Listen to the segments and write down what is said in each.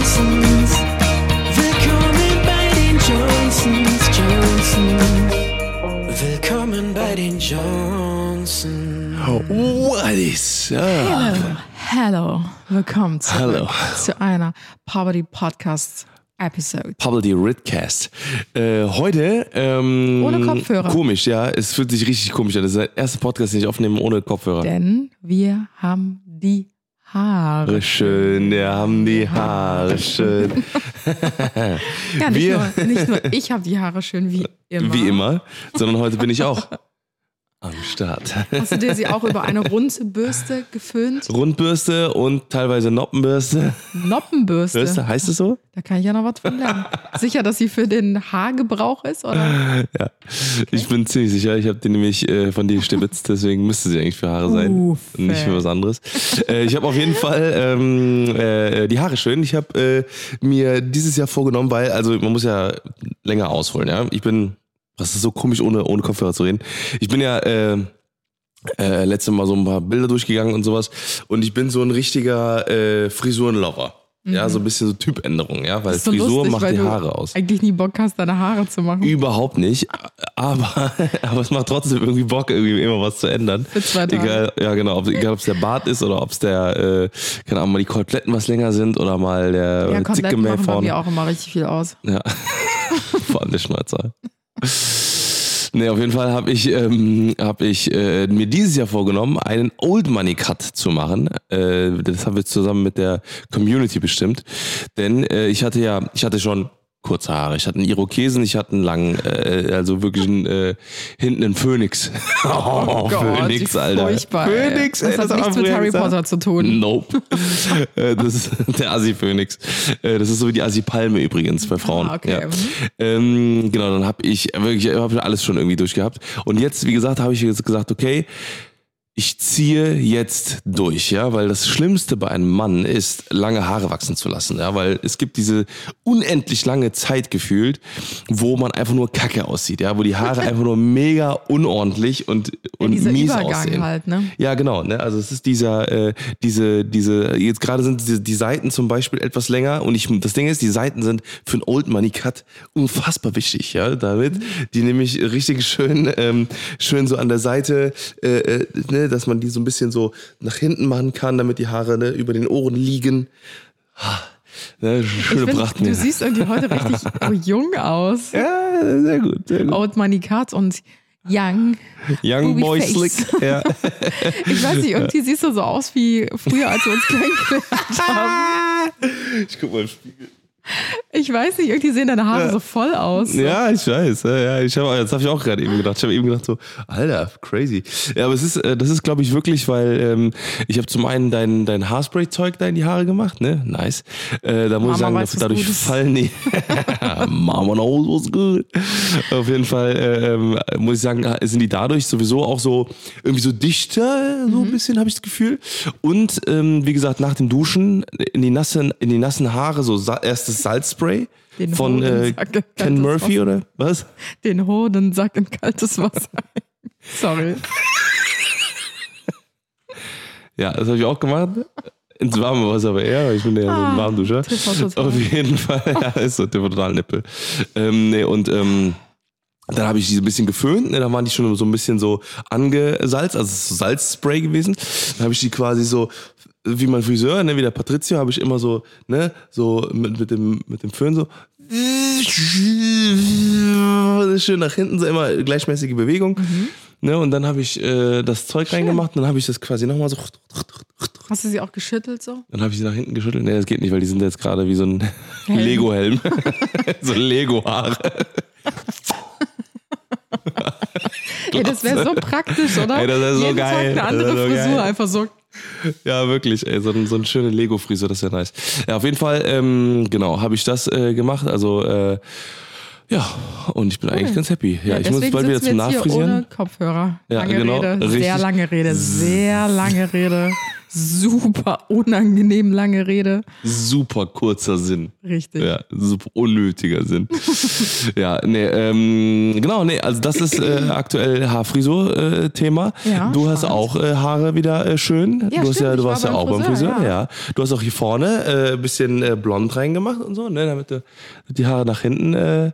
Johnsons. Willkommen bei den Johnsons. Willkommen bei den Johnsons. What is up? Hello. Willkommen zu einer Poverty Podcast Episode. Poverty Ridcast. Heute Ohne Kopfhörer. Komisch, ja. Es fühlt sich richtig komisch an. Das ist der erste Podcast, den ich aufnehme ohne Kopfhörer. Denn wir haben die Haare schön. Wir haben die Haare schön. Ja, nicht nur ich habe die Haare schön wie immer. Wie immer, sondern heute bin ich auch am Start. Hast du dir sie auch über eine runde Bürste geföhnt? Rundbürste und teilweise Noppenbürste. Noppenbürste? Heißt es so? Da kann ich ja noch was von lernen. Sicher, dass sie für den Haargebrauch ist, oder? Ja, okay. Ich bin ziemlich sicher. Ich habe die nämlich von dir stibitzt, deswegen müsste sie eigentlich für Haare sein. Nicht für was anderes. Ich habe auf jeden Fall die Haare schön. Ich habe mir dieses Jahr vorgenommen, weil, also man muss ja länger ausholen, ja. Das ist so komisch, ohne Kopfhörer zu reden. Ich bin ja letztes Mal so ein paar Bilder durchgegangen und sowas. Und ich bin so ein richtiger Frisurenlover. Ja, so ein bisschen so Typänderung, ja, weil so Frisur lustig, macht die Haare aus. Eigentlich nie Bock hast, deine Haare zu machen. Überhaupt nicht, aber es macht trotzdem irgendwie Bock, irgendwie immer was zu ändern. Für 2 Tage. Egal, ja genau, egal ob es der Bart ist oder ob es der, keine Ahnung, mal die Koteletten was länger sind oder mal der Zicke mehr machen vorne. bei mir auch immer richtig viel aus. Ja, vor allem der Schnäuzer. Nee, auf jeden Fall habe ich mir dieses Jahr vorgenommen, einen Old Money Cut zu machen. Das haben wir zusammen mit der Community bestimmt. Denn ich hatte schon kurze Haare. Ich hatte einen Irokesen, ich hatte einen langen, also wirklich hinten einen Phönix. Oh Gott, Phönix, Alter. Furchtbar, Phönix, ey. Das hat nichts mit Harry Potter zu tun. Nope. Das ist der Assi-Phönix. Das ist so wie die Assi-Palme übrigens bei Frauen. Okay. Ja. Genau, dann habe ich alles schon irgendwie durchgehabt. Und jetzt, wie gesagt, habe ich jetzt gesagt, okay, ich ziehe jetzt durch, ja, weil das Schlimmste bei einem Mann ist, lange Haare wachsen zu lassen, ja, weil es gibt diese unendlich lange Zeit gefühlt, wo man einfach nur Kacke aussieht, ja, wo die Haare einfach nur mega unordentlich und dieser mies Übergang aussehen. Halt, ne? Ja, genau, ne, also es ist diese, jetzt gerade sind die Seiten zum Beispiel etwas länger und das Ding ist, die Seiten sind für einen Old Money Cut unfassbar wichtig, ja, damit die nämlich richtig schön so an der Seite, ne, dass man die so ein bisschen so nach hinten machen kann, damit die Haare über den Ohren liegen. Ne, schöne Pracht. Du siehst irgendwie heute richtig jung aus. Ja, sehr gut, sehr gut. Old Money Cut und Young Boy Face. Slick. Ja. Ich weiß nicht, irgendwie siehst du so aus wie früher, als wir uns kennengelernt haben. Ich guck mal im Spiegel. Ich weiß nicht, irgendwie sehen deine Haare so voll aus. So. Ja, ich weiß. Ja, das habe ich auch gerade eben gedacht. Ich habe eben gedacht so, Alter, crazy. Ja, aber das ist glaube ich wirklich, weil ich habe zum einen dein Haarspray-Zeug da in die Haare gemacht, ne? Nice. Da muss Mama ich sagen, weiß, dadurch fallen die. Mama knows what's good. Auf jeden Fall muss ich sagen, sind die dadurch sowieso auch so irgendwie so dichter, so ein bisschen habe ich das Gefühl. Und wie gesagt, nach dem Duschen in die nassen Haare so erstes Salzspray Den von Ken Murphy oder was? Den Hodensack in kaltes Wasser. Sorry. Ja, das habe ich auch gemacht. Ins warme Wasser aber eher, ich bin ja so ein Warmduscher. Auf jeden Fall, ja, ist so total Nippel. Dann habe ich die so ein bisschen geföhnt, ne, da waren die schon so ein bisschen so angesalzt, also es ist so Salzspray gewesen. Dann habe ich die quasi so, wie mein Friseur, ne, wie der Patrizio, habe ich immer so, ne, so mit dem Föhn so schön nach hinten, so immer gleichmäßige Bewegung. Ne, und dann habe ich das Zeug reingemacht und dann habe ich das quasi nochmal so. Hast du sie auch geschüttelt so? Dann habe ich sie nach hinten geschüttelt. Ne, das geht nicht, weil die sind jetzt gerade wie so ein Lego-Helm. So Lego-Haare. Ey, das wäre so praktisch, oder? Ey, das wäre so Jeden geil. Tag eine andere Frisur, geil. einfach so. Ja, wirklich, ey, so eine schöne Lego-Frisur, das wäre nice. Ja, auf jeden Fall, genau, habe ich das gemacht, also, ja, und ich bin eigentlich ganz happy. Ja, ich muss bald wieder zum Nachfrisieren. Ohne Kopfhörer. Ja, Lange genau, Rede, richtig. sehr lange Rede, sehr lange Rede. super unangenehm lange Rede. Super kurzer Sinn. Richtig. Ja, super unnötiger Sinn. Ja, genau, also das ist aktuell Haarfrisur-Thema. Ja, du hast spannend. auch Haare wieder schön. Ja, Du stimmt, du ich warst war ja auch beim Friseur, Friseur. ja. Ja. Du hast auch hier vorne ein bisschen blond reingemacht und so, ne, damit du die Haare nach hinten.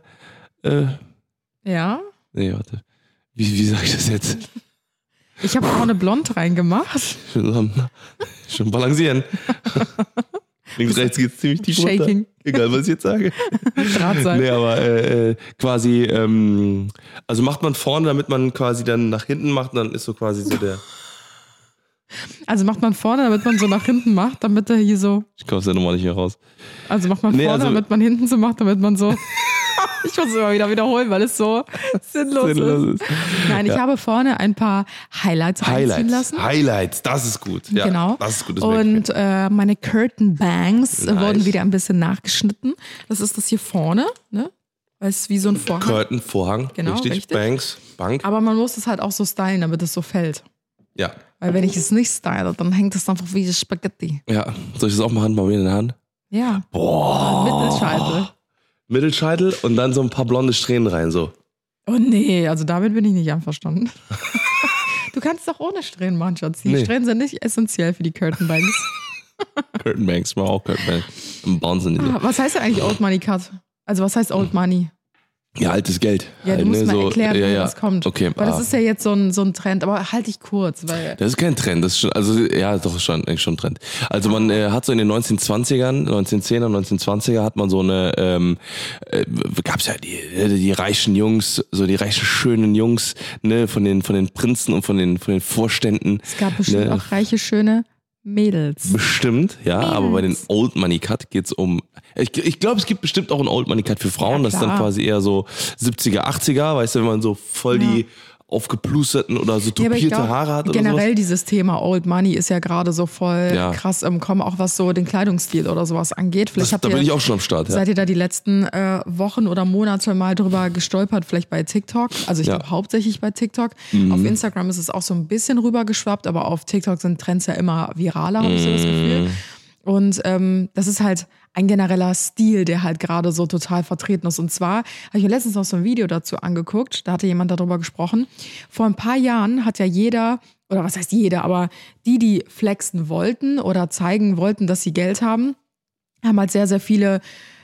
Ja. Nee, warte. Wie sag ich das jetzt? Ich habe vorne blond reingemacht. Schon balancieren. Links, rechts geht's ziemlich tief Shaking. runter. Egal, was ich jetzt sage. Drahtseil. Nee, aber quasi, also macht man vorne, damit man quasi dann nach hinten macht, dann ist so quasi so der... Also macht man vorne, damit man so nach hinten macht, damit er hier so. Ich komme aus der Nummer nicht mehr raus. Also macht man vorne, damit man hinten so macht, damit man so. Ich muss es immer wieder wiederholen, weil es so sinnlos ist. Nein, ich habe vorne ein paar Highlights einziehen lassen. Highlights, das ist gut. Ja, Genau. Das ist gut. Das Und meine Curtain Bangs Nice. wurden wieder ein bisschen nachgeschnitten. Das ist das hier vorne, ne? Weil es wie so ein Vorhang. Curtain, Vorhang, Genau, richtig. Banks, Bank. Aber man muss es halt auch so stylen, damit es so fällt. Ja. Weil wenn ich es nicht style, dann hängt es einfach wie Spaghetti. Ja. Soll ich das auch machen bei mir in der Hand? Ja. Boah. Mittelscheitel. Mittelscheitel und dann so ein paar blonde Strähnen rein, so. Oh nee, also damit bin ich nicht einverstanden. Du kannst doch ohne Strähnen machen, Schatzi. Nee. Strähnen sind nicht essentiell für die Curtain Bangs. Curtain Banks, mal auch Curtain Banks. Im Bouncen diese. Was heißt denn eigentlich Old Money Cut? Also was heißt Old Money? Ja, altes Geld. Ja, du musst mal erklären, ja, wo ja. das kommt. Okay. Weil das ist ja jetzt so ein Trend, aber halte ich kurz, weil. Das ist kein Trend, das ist schon, also ja, doch schon, eigentlich schon ein Trend. Also man hat so in den 1920ern, 1910er, 1920er hat man so eine, gab's ja die reichen Jungs, so die reichen schönen Jungs, ne, von den Prinzen und von den Vorständen. Es gab bestimmt ne, auch reiche, schöne Mädels. Bestimmt, ja, Mädels. aber bei den Old Money Cut geht's um, ich glaube, es gibt bestimmt auch einen Old Money Cut für Frauen, Ja, das ist dann klar. quasi eher so 70er, 80er, weißt du, wenn man so voll die aufgeplusterten oder so Ja, aber ich topierte glaub, Haare hat oder generell sowas. dieses Thema Old Money ist ja gerade so voll Ja. krass im Kommen, auch was so den Kleidungsstil oder sowas angeht. Vielleicht Da bin ich auch schon am Start, ja. Seid ihr da die letzten Wochen oder Monate mal drüber gestolpert, vielleicht bei TikTok? Also ich Ja. glaube hauptsächlich bei TikTok. Auf Instagram ist es auch so ein bisschen rübergeschwappt, aber auf TikTok sind Trends ja immer viraler, habe ich so das Gefühl. Und das ist halt ein genereller Stil, der halt gerade so total vertreten ist. Und zwar habe ich mir letztens noch so ein Video dazu angeguckt, da hatte jemand darüber gesprochen. Vor ein paar Jahren hat ja jeder, oder was heißt jeder, aber die flexen wollten oder zeigen wollten, dass sie Geld haben halt sehr, sehr viele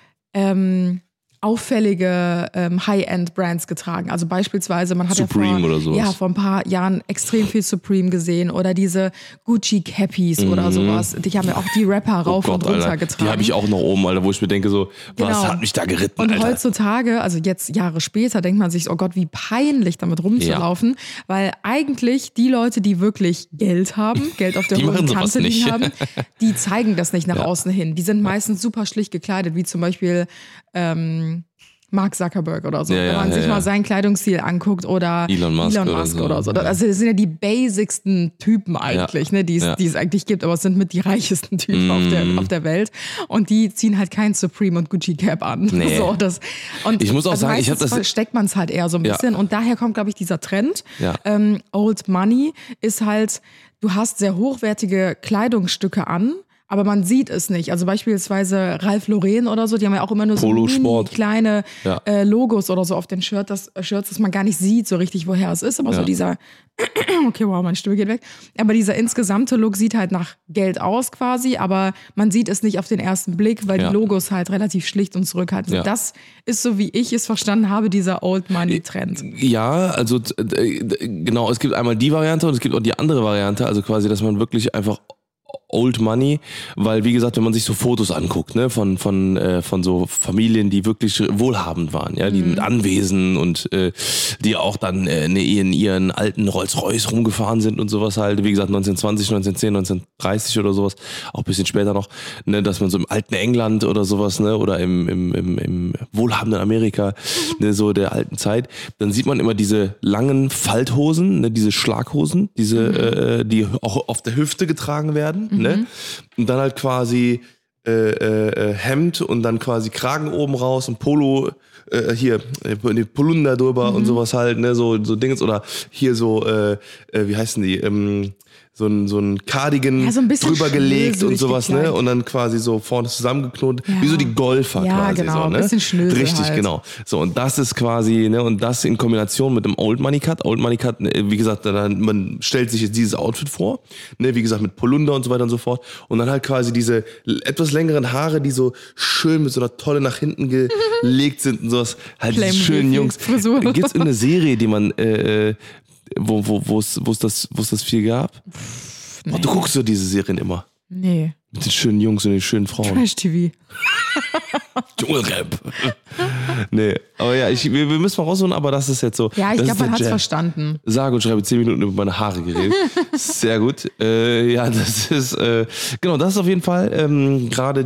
auffällige High-End-Brands getragen. Also beispielsweise, man hat Supreme oder sowas. vor ein paar Jahren extrem viel Supreme gesehen oder diese Gucci-Cappies oder sowas. Die haben ja auch die Rapper rauf und runter Alter, getragen. die habe ich auch noch oben, Alter, wo ich mir denke so, was Genau. hat mich da geritten, Und Alter? heutzutage, also jetzt Jahre später, denkt man sich, oh Gott, wie peinlich damit rumzulaufen, weil eigentlich die Leute, die wirklich Geld haben, Geld auf der Die hohen machen sowas Kante liegen nicht. haben, die zeigen das nicht nach außen hin. Die sind meistens super schlicht gekleidet, wie zum Beispiel Mark Zuckerberg oder so. Ja, Wenn man ja, sich ja. mal seinen Kleidungsstil anguckt oder Elon Musk oder so. Also das sind ja die basicsten Typen eigentlich, ne, die es eigentlich gibt, aber es sind mit die reichesten Typen auf der Welt. Und die ziehen halt kein Supreme und Gucci Cap an. Nee. So, und Ich muss auch sagen, ich meistens hab das- versteckt man es halt eher so ein Ja. bisschen. Und daher kommt, glaube ich, dieser Trend. Ja. Old Money ist halt, du hast sehr hochwertige Kleidungsstücke an, aber man sieht es nicht. Also beispielsweise Ralph Lauren oder so, die haben ja auch immer nur so Polosport. kleine Ja. Logos oder so auf den Shirts, dass man gar nicht sieht so richtig, woher es ist. Aber so Ja. dieser, okay, wow, meine Stimme geht weg. Aber dieser insgesamte Look sieht halt nach Geld aus quasi, aber man sieht es nicht auf den ersten Blick, weil Ja. die Logos halt relativ schlicht und zurückhaltend sind. Ja. Das ist so, wie ich es verstanden habe, dieser Old Money Trend. Ja, also genau, es gibt einmal die Variante und es gibt auch die andere Variante, also quasi, dass man wirklich einfach Old Money, weil wie gesagt, wenn man sich so Fotos anguckt, ne, von so Familien, die wirklich wohlhabend waren, ja, die mit Anwesen und die auch dann in ihren alten Rolls-Royce rumgefahren sind und sowas halt, wie gesagt 1920, 1910, 1930 oder sowas, auch ein bisschen später noch, ne, dass man so im alten England oder sowas, ne, oder im wohlhabenden Amerika, ne, so der alten Zeit, dann sieht man immer diese langen Falthosen, ne, diese Schlaghosen, diese die auch auf der Hüfte getragen werden, ne? Und dann halt quasi Hemd und dann quasi Kragen oben raus und Polo hier Polunder drüber und sowas halt, ne, so Dings oder hier so wie heißen die so ein Cardigan Ja, so ein bisschen drüber gelegt und schnöselig sowas, ne? gekleidet. Und dann quasi so vorne zusammengeknotet, Ja. wie so die Golfer Ja, quasi. genau, so, ne? ein bisschen Schnösel Richtig, halt. genau. So, und das ist quasi, ne, und das in Kombination mit dem Old Money Cut. Old Money Cut, wie gesagt, man stellt sich jetzt dieses Outfit vor, ne, wie gesagt, mit Polunder und so weiter und so fort. Und dann halt quasi diese etwas längeren Haare, die so schön mit so einer Tolle nach hinten gelegt sind und sowas. Halt diese schönen Jungs. Frisur. Gibt's irgendeine Serie, die man, wo es das viel gab? Nee. Oh, du guckst so diese Serien immer. Nee. Mit den schönen Jungs und den schönen Frauen. Trash-TV. Dschungelcamp. Nee, aber ja, wir müssen mal rausholen, aber das ist jetzt so. Ja, ich das glaube, ist man der hat's Jam. verstanden. Sage und schreibe 10 Minuten über meine Haare geredet. Sehr gut. Ja, das ist, genau, das ist auf jeden Fall gerade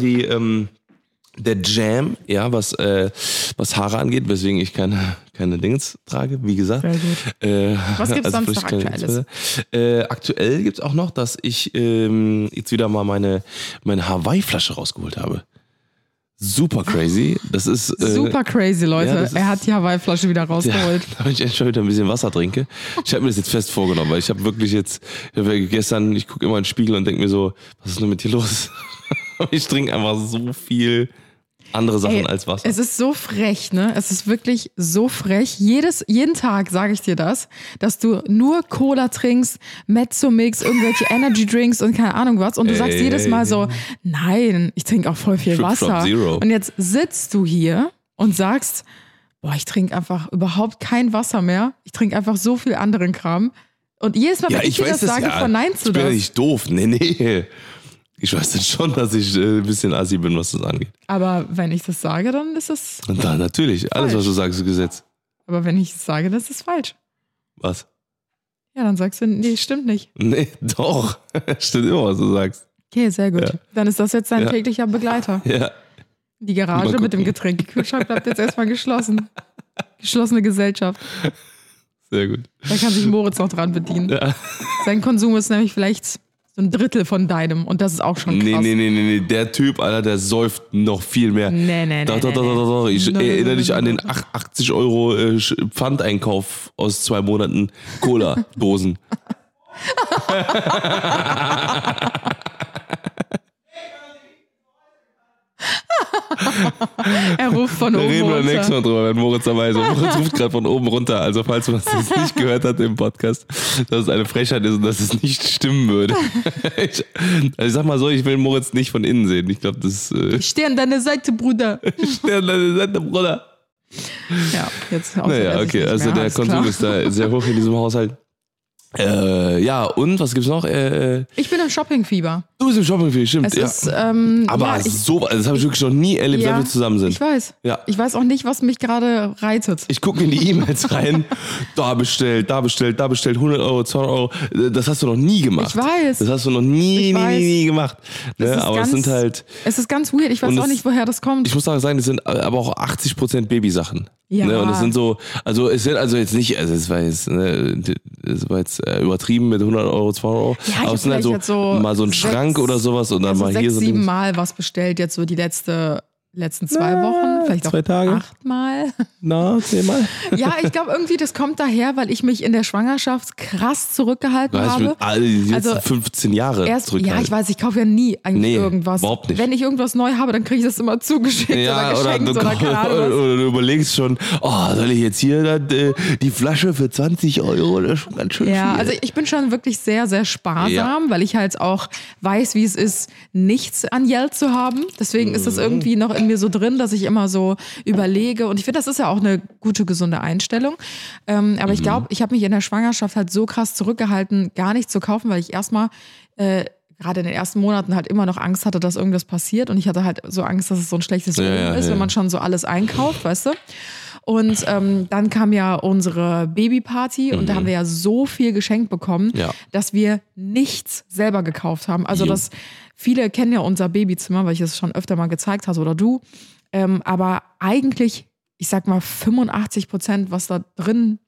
der Jam, ja, was Haare angeht, weswegen ich keine Dings trage, wie gesagt. Sehr gut. Was gibt's sonst noch Aktuelles? Aktuell gibt's auch noch, dass ich jetzt wieder mal meine Hawaii-Flasche rausgeholt habe. Super crazy. Das ist Super crazy, Leute. ja, das ist- Er hat die Hawaii-Flasche wieder rausgeholt. Ja, damit ich endlich schon wieder ein bisschen Wasser trinke. Ich habe mir das jetzt fest vorgenommen, weil ich habe wirklich gestern, ich gucke immer in den Spiegel und denke mir so, was ist denn mit dir los? Ich trinke einfach so viel andere Sachen Ey, als Wasser. Es ist so frech, ne? Es ist wirklich so frech. Jeden Tag sage ich dir das, dass du nur Cola trinkst, Mezzo-Mix, irgendwelche Energy-Drinks und keine Ahnung was. Und du sagst jedes Mal so, nein, ich trinke auch voll viel Schub, Wasser. Schub, Zero. Und jetzt sitzt du hier und sagst, boah, ich trinke einfach überhaupt kein Wasser mehr. Ich trinke einfach so viel anderen Kram. Und jedes Mal, wenn ich dir das sage, verneinst du ich bin ja das. nicht doof. Nee. Ich weiß jetzt schon, dass ich ein bisschen assi bin, was das angeht. Aber wenn ich das sage, dann ist es. Und dann natürlich, alles, was du sagst, ist Gesetz. Aber wenn ich es sage, dann ist es falsch. Was? Ja, dann sagst du, nee, stimmt nicht. Nee, doch. Stimmt immer, was du sagst. Okay, sehr gut. Ja. Dann ist das jetzt dein Ja. täglicher Begleiter. Ja. Die Garage Mal mit dem gucken. Getränkekühlschrank bleibt jetzt erstmal geschlossen. Geschlossene Gesellschaft. Sehr gut. Da kann sich Moritz noch dran bedienen. Ja. Sein Konsum ist nämlich vielleicht so ein Drittel von deinem und das ist auch schon krass. Nee. Der Typ, Alter, der säuft noch viel mehr. Nee. Doch. Ich No. erinnere dich an den 80 Euro Pfandeinkauf aus 2 Monaten Cola-Dosen. Er ruft von Da oben reden wir nächstes runter. Mal drüber, wenn Moritz dabei ist. Und Moritz ruft gerade von oben runter. Also falls man das jetzt nicht gehört hat im Podcast, dass es eine Frechheit ist und dass es nicht stimmen würde. Ich sag mal so, ich will Moritz nicht von innen sehen. Ich glaube, das Ich stehe an deiner Seite, Bruder. an deiner Seite, Bruder. Ja, jetzt außer Naja, er sich okay, nicht also mehr, der alles Konsum klar. ist da sehr hoch in diesem Haushalt. Ja, und was gibt's noch? Ich bin im Shoppingfieber. Du bist im Shopping, stimmt. Es ja. ist, Aber ja, das habe ich wirklich noch nie erlebt, Ja, wenn wir zusammen sind. ich weiß. Ja. Ich weiß auch nicht, was mich gerade reitet. Ich gucke in die E-Mails rein, da bestellt, 100 Euro, 200 Euro. Das hast du noch nie gemacht. Ich weiß. Das hast du noch nie gemacht. Das Ne? ist Aber es sind halt, Es ist ganz weird. Ich weiß Und auch es- nicht, woher das kommt. ich muss auch sagen, das sind aber auch 80% Babysachen. Ja. Ne? Und es sind so, also es sind also jetzt nicht, also es war jetzt übertrieben mit 100 Euro, 200 Euro. Ja, ich aber hab es sind halt vielleicht jetzt so mal so ein 6 Schrank oder sowas und dann also mal 6, hier so 7 Dings. Mal was bestellt, jetzt so die letzten 2 Wochen, vielleicht 2 auch Tage. 8 Mal. Na, 10 Mal. Ja, ich glaube irgendwie, das kommt daher, weil ich mich in der Schwangerschaft krass zurückgehalten Du hast habe. mit all die letzten Also 15 Jahre ja, zurückgehalten. ich weiß, ich kaufe ja nie eigentlich Nee, irgendwas. überhaupt nicht. Wenn ich irgendwas neu habe, dann kriege ich das immer zugeschickt oder geschenkt oder keine Ahnung was. oder du überlegst schon, oh, soll ich jetzt hier dann, die Flasche für 20 Euro? Das ist schon ganz schön Ja, viel. also ich bin schon wirklich sehr, sehr sparsam, Ja. weil ich halt auch weiß, wie es ist, nichts an Geld zu haben. Deswegen ist das irgendwie noch in mir so drin, dass ich immer so überlege. Und ich finde, das ist ja auch eine gute, gesunde Einstellung. Aber ich glaube, ich habe mich in der Schwangerschaft halt so krass zurückgehalten, gar nichts zu kaufen, weil ich erstmal gerade in den ersten Monaten halt immer noch Angst hatte, dass irgendwas passiert. Und ich hatte halt so Angst, dass es so ein schlechtes Leben ist, wenn man schon so alles einkauft, weißt du? Und dann kam ja unsere Babyparty und da haben wir ja so viel geschenkt bekommen, Ja. dass wir nichts selber gekauft haben. Also das viele kennen ja unser Babyzimmer, weil ich es schon öfter mal gezeigt hatte oder du. Aber eigentlich, ich sag mal 85%, was da drin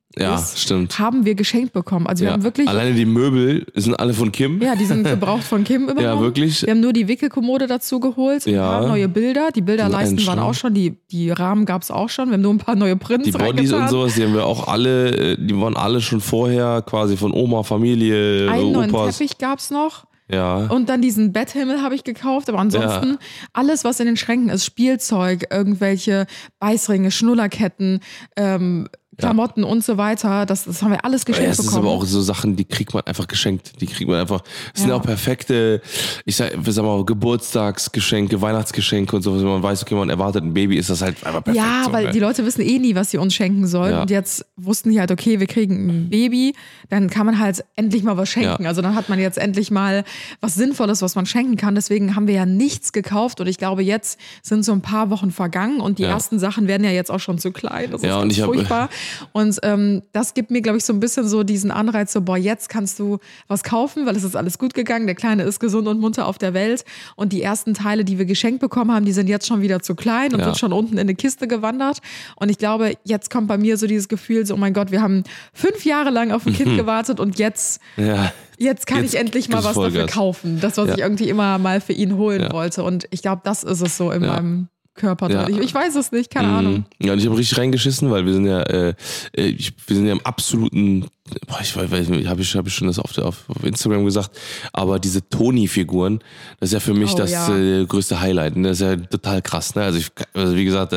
Ja, ist, stimmt. haben wir geschenkt bekommen. Also wir haben wirklich... Alleine die Möbel sind alle von Kim. Ja, die sind gebraucht von Kim übernommen. Ja, wirklich. Wir haben nur die Wickelkommode dazu geholt, ein paar neue Bilder. Die Bilderleisten waren auch schon, die Rahmen gab es auch schon. Wir haben nur ein paar neue Prints Die Bodies reingetan. und sowas, die haben wir auch alle, die waren alle schon vorher quasi von Oma, Familie, Einen neuen Opas. Teppich gab es noch. Ja. Und dann diesen Betthimmel habe ich gekauft, aber ansonsten alles, was in den Schränken ist, Spielzeug, irgendwelche Beißringe, Schnullerketten, Klamotten und so weiter, das haben wir alles geschenkt Es ist bekommen. aber auch so Sachen, die kriegt man einfach geschenkt. Die kriegt man einfach, es sind auch perfekte, ich sag mal, Geburtstagsgeschenke, Weihnachtsgeschenke und so, wenn man weiß, okay, man erwartet ein Baby, ist das halt einfach perfekt. Ja, so, weil ne? die Leute wissen eh nie, was sie uns schenken sollen. Ja. Und jetzt wussten die halt, okay, wir kriegen ein Baby, dann kann man halt endlich mal was schenken. Ja. Also dann hat man jetzt endlich mal was Sinnvolles, was man schenken kann. Deswegen haben wir ja nichts gekauft. Und ich glaube, jetzt sind so ein paar Wochen vergangen und die ersten Sachen werden ja jetzt auch schon zu klein. Das ist Ja, und ganz ich hab- furchtbar. Und das gibt mir, glaube ich, so ein bisschen so diesen Anreiz, so, boah, jetzt kannst du was kaufen, weil es ist alles gut gegangen. Der Kleine ist gesund und munter auf der Welt. Und die ersten Teile, die wir geschenkt bekommen haben, die sind jetzt schon wieder zu klein und sind schon unten in eine Kiste gewandert. Und ich glaube, jetzt kommt bei mir so dieses Gefühl, so, oh mein Gott, wir haben 5 Jahre lang auf ein Kind gewartet und jetzt kann Jetzt ich endlich mal gibt's was dafür Vollgas. kaufen. Das, was ich irgendwie immer mal für ihn holen wollte. Und ich glaube, das ist es so in meinem Körper drin. Ja. Ich weiß es nicht, keine Ahnung. Ja, und ich habe richtig reingeschissen, weil wir sind ja, wir sind ja im absoluten, ich weiß nicht, habe ich schon das auf Instagram gesagt, aber diese Toni-Figuren, das ist ja für mich das größte Highlight. Ne? Das ist ja total krass. Ne? Also wie gesagt,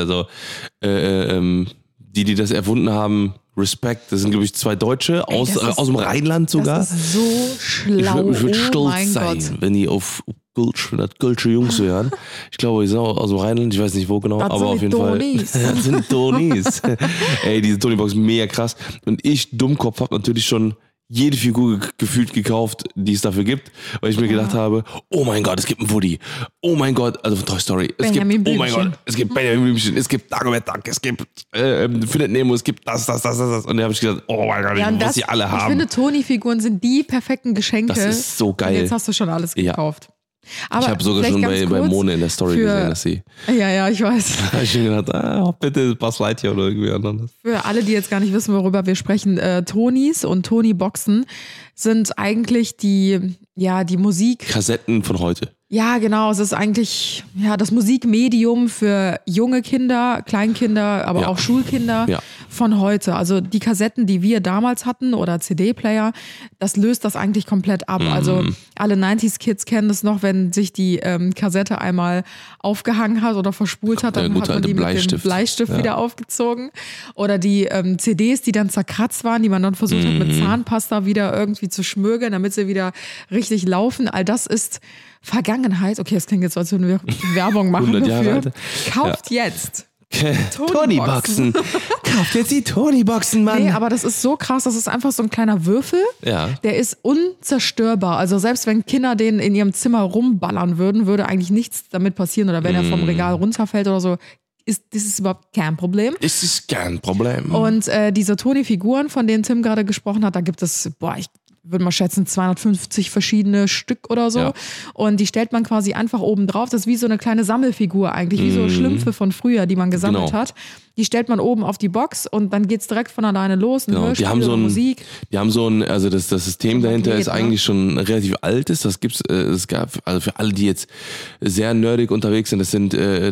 die das erfunden haben, Respekt. Das sind, glaube ich, 2 Deutsche aus dem Rheinland sogar. Das ist so schlau. Ich würde stolz mein sein, Gott. wenn die auf Gölsche Jungs wären. Ich glaube, die sind auch aus dem Rheinland, ich weiß nicht wo genau, Das aber sind auf die jeden Tonis. Fall. Das sind Tonis. Ey, diese Tony-Box, mega krass. Und ich, Dummkopf, habe natürlich schon jede Figur gefühlt gekauft, die es dafür gibt, weil ich mir gedacht habe, oh mein Gott, es gibt einen Woody. Oh mein Gott, also von Toy Story. Benjamin Oh mein Blümchen. Gott, es gibt Benjamin Blümchen, es gibt Dagobert Duck, es gibt Findet Nemo, es gibt das. Und dann habe ich gesagt, oh mein Gott, Ja, und ich muss sie alle ich haben. finde, Toni-Figuren sind die perfekten Geschenke. Das ist so geil. Und jetzt hast du schon alles gekauft. Aber Ich habe sogar vielleicht schon ganz bei kurz Mone in der Story gesehen, dass sie. Ja, ich weiß. Da habe ich schon gedacht, bitte Buzz Lightyear oder irgendwie anderes. Für alle, die jetzt gar nicht wissen, worüber wir sprechen, Tonis und Toni-Boxen sind eigentlich die Musik. Kassetten von heute. Ja, genau. Es ist eigentlich das Musikmedium für junge Kinder, Kleinkinder, aber auch Schulkinder von heute. Also die Kassetten, die wir damals hatten oder CD-Player, das löst das eigentlich komplett ab. Also alle 90s-Kids kennen das noch, wenn sich die Kassette einmal aufgehangen hat oder verspult hat, dann hat man die mit dem Bleistift wieder aufgezogen. Oder die CDs, die dann zerkratzt waren, die man dann versucht hat mit Zahnpasta wieder irgendwie zu schmögeln, damit sie wieder richtig laufen. All das ist Vergangenheit. Okay, es klingt jetzt so, als würden wir Werbung machen 100 Jahre dafür. alt. Kauft jetzt. Tony-Boxen. Kauft jetzt die Tony-Boxen, Mann. Nee, aber das ist so krass, das ist einfach so ein kleiner Würfel, der ist unzerstörbar. Also selbst wenn Kinder den in ihrem Zimmer rumballern würden, würde eigentlich nichts damit passieren. Oder wenn er vom Regal runterfällt oder so, das ist überhaupt kein Problem. Das ist kein Problem. Und diese Toni-Figuren, von denen Tim gerade gesprochen hat, da gibt es, ich würde mal schätzen, 250 verschiedene Stück oder so. Ja. Und die stellt man quasi einfach oben drauf. Das ist wie so eine kleine Sammelfigur eigentlich, wie so Schlümpfe von früher, die man gesammelt hat. Die stellt man oben auf die Box und dann geht's direkt von alleine los. Ein Hörspiel oder Musik. Die haben so ein, also das System dahinter ist eigentlich schon relativ alt ist. Das gibt's, es gab, also für alle, die jetzt sehr nerdig unterwegs sind, das sind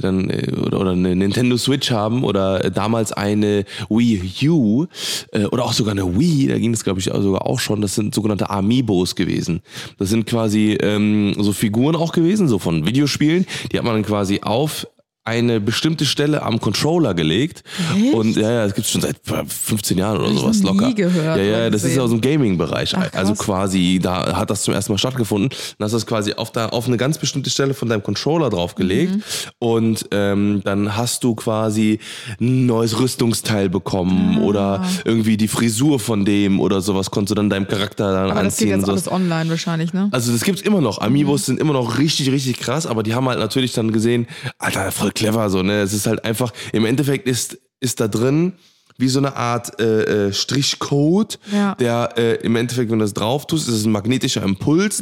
oder eine Nintendo Switch haben oder damals eine Wii U oder auch sogar eine Wii, da ging das glaube ich sogar auch schon, das sind sogenannte Amiibos gewesen. Das sind quasi so Figuren auch gewesen, so von Videospielen, die hat man dann quasi auf eine bestimmte Stelle am Controller gelegt. Echt? Und das gibt's schon seit 15 Jahren oder sowas noch nie locker. gehört Ja, oder das ist gesehen. aus dem Gaming-Bereich. Ach, Also krass. quasi, da hat das zum ersten Mal stattgefunden. Dann hast du das quasi auf eine ganz bestimmte Stelle von deinem Controller draufgelegt. Und dann hast du quasi ein neues Rüstungsteil bekommen oder irgendwie die Frisur von dem oder sowas konntest du dann deinem Charakter dann Aber das geht anziehen. jetzt und alles so. online wahrscheinlich, ne? Also das gibt's immer noch. Amiibos sind immer noch richtig, richtig krass, aber die haben halt natürlich dann gesehen, Alter, voll clever so, ne? Es ist halt einfach, im Endeffekt ist da drin wie so eine Art Strichcode, der im Endeffekt, wenn du das drauf tust, ist es ein magnetischer Impuls,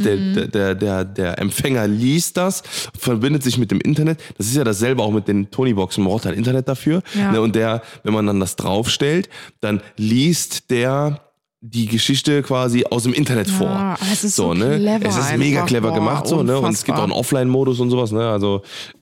der Empfänger liest das, verbindet sich mit dem Internet. Das ist ja dasselbe auch mit den Tony-Boxen, man braucht halt Internet dafür. Ne? Und wenn man dann das draufstellt, dann liest der die Geschichte quasi aus dem Internet vor. Es ist so clever. Es ist mega clever gemacht, so, ne? Und es gibt auch einen Offline-Modus und sowas, ne? Also,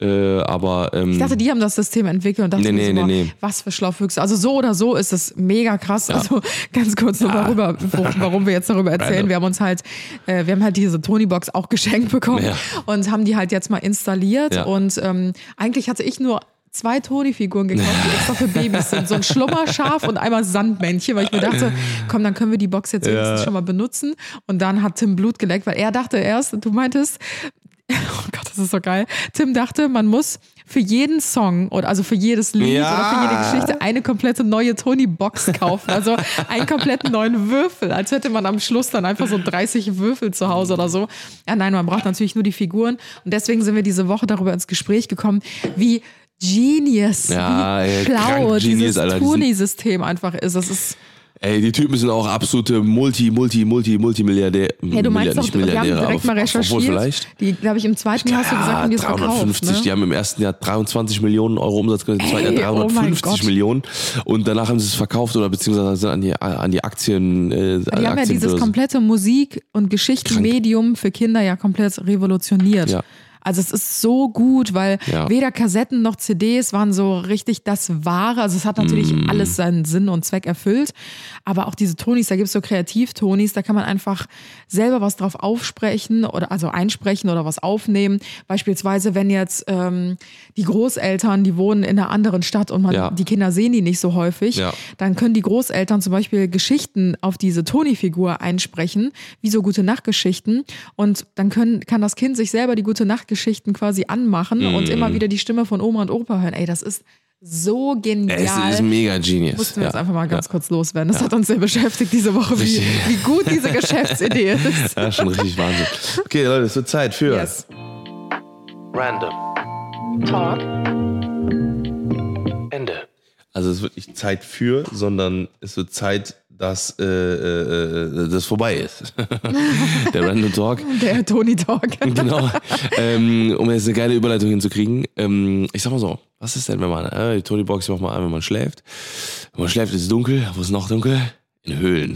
aber. Ich dachte, die haben das System entwickelt und dachte nee. Was für Schlaufüchse. Also so oder so ist es mega krass. Ja. Also ganz kurz noch darüber, warum wir jetzt darüber erzählen. Wir haben halt diese Tony-Box auch geschenkt bekommen und haben die halt jetzt mal installiert und eigentlich hatte ich nur 2 Toni-Figuren gekauft, die extra für Babys sind. So ein Schlummerschaf und einmal Sandmännchen, weil ich mir dachte, komm, dann können wir die Box jetzt wenigstens schon mal benutzen. Und dann hat Tim Blut geleckt, weil er dachte erst, du meintest, oh Gott, das ist so geil. Tim dachte, man muss für jeden Song oder also für jedes Lied oder für jede Geschichte eine komplette neue Toni-Box kaufen. Also einen kompletten neuen Würfel, als hätte man am Schluss dann einfach so 30 Würfel zu Hause oder so. Ja, nein, man braucht natürlich nur die Figuren. Und deswegen sind wir diese Woche darüber ins Gespräch gekommen, wie Genius, wie schlau dieses Toni-System einfach ist. Das ist die Typen sind auch absolute Multimilliardäre. Ja, du meinst doch, wir haben direkt mal recherchiert. Vielleicht. Die, glaube ich, im zweiten Jahr hast du gesagt, haben die es 350, verkauft. Ne? Die haben im ersten Jahr 23 Millionen Euro Umsatz gemacht, im zweiten Jahr 350 Millionen. Und danach haben sie es verkauft oder beziehungsweise an die Aktien. Die haben ja dieses komplette Musik- und Geschichtenmedium für Kinder ja komplett revolutioniert. Ja. Also es ist so gut, weil weder Kassetten noch CDs waren so richtig das Wahre. Also es hat natürlich alles seinen Sinn und Zweck erfüllt. Aber auch diese Tonis, da gibt es so Kreativ-Tonis, da kann man einfach selber was drauf aufsprechen oder also einsprechen oder was aufnehmen. Beispielsweise, wenn jetzt die Großeltern, die wohnen in einer anderen Stadt und die Kinder sehen die nicht so häufig, dann können die Großeltern zum Beispiel Geschichten auf diese Toni-Figur einsprechen, wie so Gute-Nacht-Geschichten. Und dann kann das Kind sich selber die Gute-Nacht-Geschichten quasi anmachen und immer wieder die Stimme von Oma und Opa hören. Ey, das ist so genial. Es ist mega genius. Mussten wir jetzt einfach mal ganz kurz loswerden. Das hat uns sehr beschäftigt diese Woche, wie gut diese Geschäftsidee ist. Ja, schon richtig Wahnsinn. Okay, Leute, es wird Zeit für Random Talk. Ende. Also es wird nicht Zeit für, sondern es wird Zeit, dass das vorbei ist. Der Random Talk. Der Tony Talk. Genau. Um jetzt eine geile Überleitung hinzukriegen. Ich sag mal so, was ist denn, wenn man, die Tony-Box macht man an, wenn man schläft. Wenn man schläft, ist es dunkel. Wo ist es noch dunkel? In Höhlen.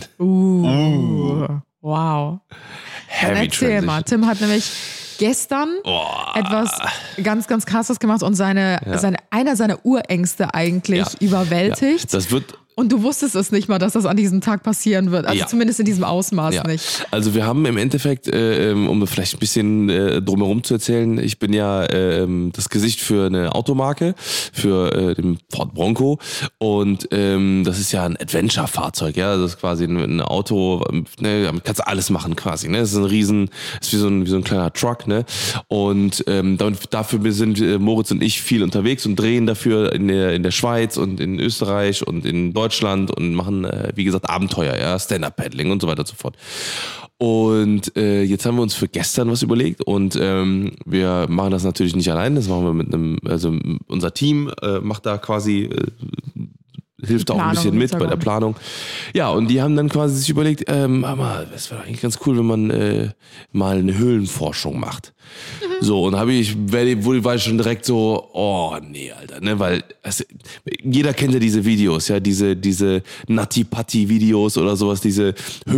Wow. Heavy erzähl mal. Tim hat nämlich gestern etwas ganz, ganz Krasses gemacht und einer seiner Urängste eigentlich überwältigt. Ja. Das wird... Und du wusstest es nicht mal, dass das an diesem Tag passieren wird. Also zumindest in diesem Ausmaß nicht. Also wir haben im Endeffekt, um vielleicht ein bisschen drumherum zu erzählen, ich bin ja das Gesicht für eine Automarke, für den Ford Bronco. Und das ist ja ein Adventure-Fahrzeug, ja. Das ist quasi ein Auto, ne, damit kannst du alles machen quasi. Ne? Das ist ist wie so ein kleiner Truck, ne? Und dafür sind Moritz und ich viel unterwegs und drehen dafür in der Schweiz und in Österreich und in Deutschland und machen, wie gesagt, Abenteuer, ja, Stand-Up-Paddling und so weiter und so fort. Und jetzt haben wir uns für gestern was überlegt und wir machen das natürlich nicht allein, das machen wir mit unser Team macht da quasi hilft auch ein bisschen mit bei der Planung. Ja, und die haben dann quasi sich überlegt, es wäre eigentlich ganz cool, wenn man mal eine Höhlenforschung macht. So, und war ich schon direkt so, oh nee, Alter, ne, weil jeder kennt ja diese Videos, ja, diese Natti-Patti-Videos oder sowas, diese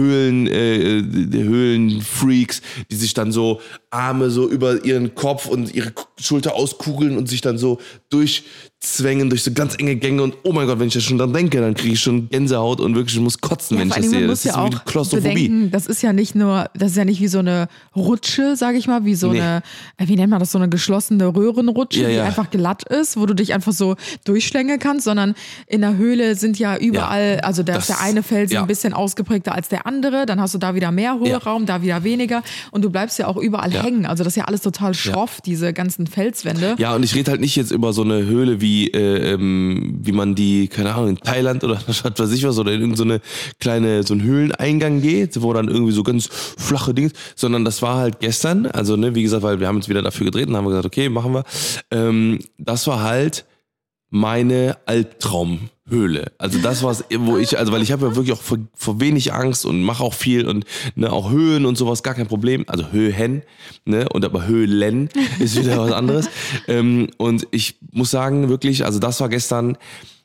Höhlenfreaks, die sich dann so Arme so über ihren Kopf und ihre Schulter auskugeln und sich dann so durchzwängen durch so ganz enge Gänge und oh mein Gott, wenn ich das schon dran denke, dann kriege ich schon Gänsehaut und wirklich muss kotzen, wenn ich das sehe. Das ist so wie Klaustrophobie. Bedenken, das ist ja nicht wie so eine Rutsche, sag ich mal, wie so eine, wie nennt man das, so eine geschlossene Röhrenrutsche, die einfach glatt ist, wo du dich einfach so durchschlängeln kannst, sondern in der Höhle sind ja überall, also der eine Felsen ein bisschen ausgeprägter als der andere, dann hast du da wieder mehr Hohlraum, da wieder weniger und du bleibst ja auch überall hängen, also das ist ja alles total schroff, diese ganzen Felswände. Ja, und ich rede halt nicht jetzt über so eine Höhle wie man die, keine Ahnung, in Thailand oder was weiß ich was, oder in irgendeine so einen Höhleneingang geht, wo dann irgendwie so ganz flache Dinge, sondern das war halt gestern, also ne, wie gesagt, weil wir haben uns wieder dafür gedreht und haben gesagt, okay, machen wir. Das war halt meine Albtraumhöhle. Höhle. Also das war's, wo ich, also weil ich habe ja wirklich auch vor wenig Angst und mache auch viel und ne, auch Höhen und sowas, gar kein Problem. Also Höhen, ne, und aber Höhlen ist wieder was anderes. Und ich muss sagen, wirklich, also das war gestern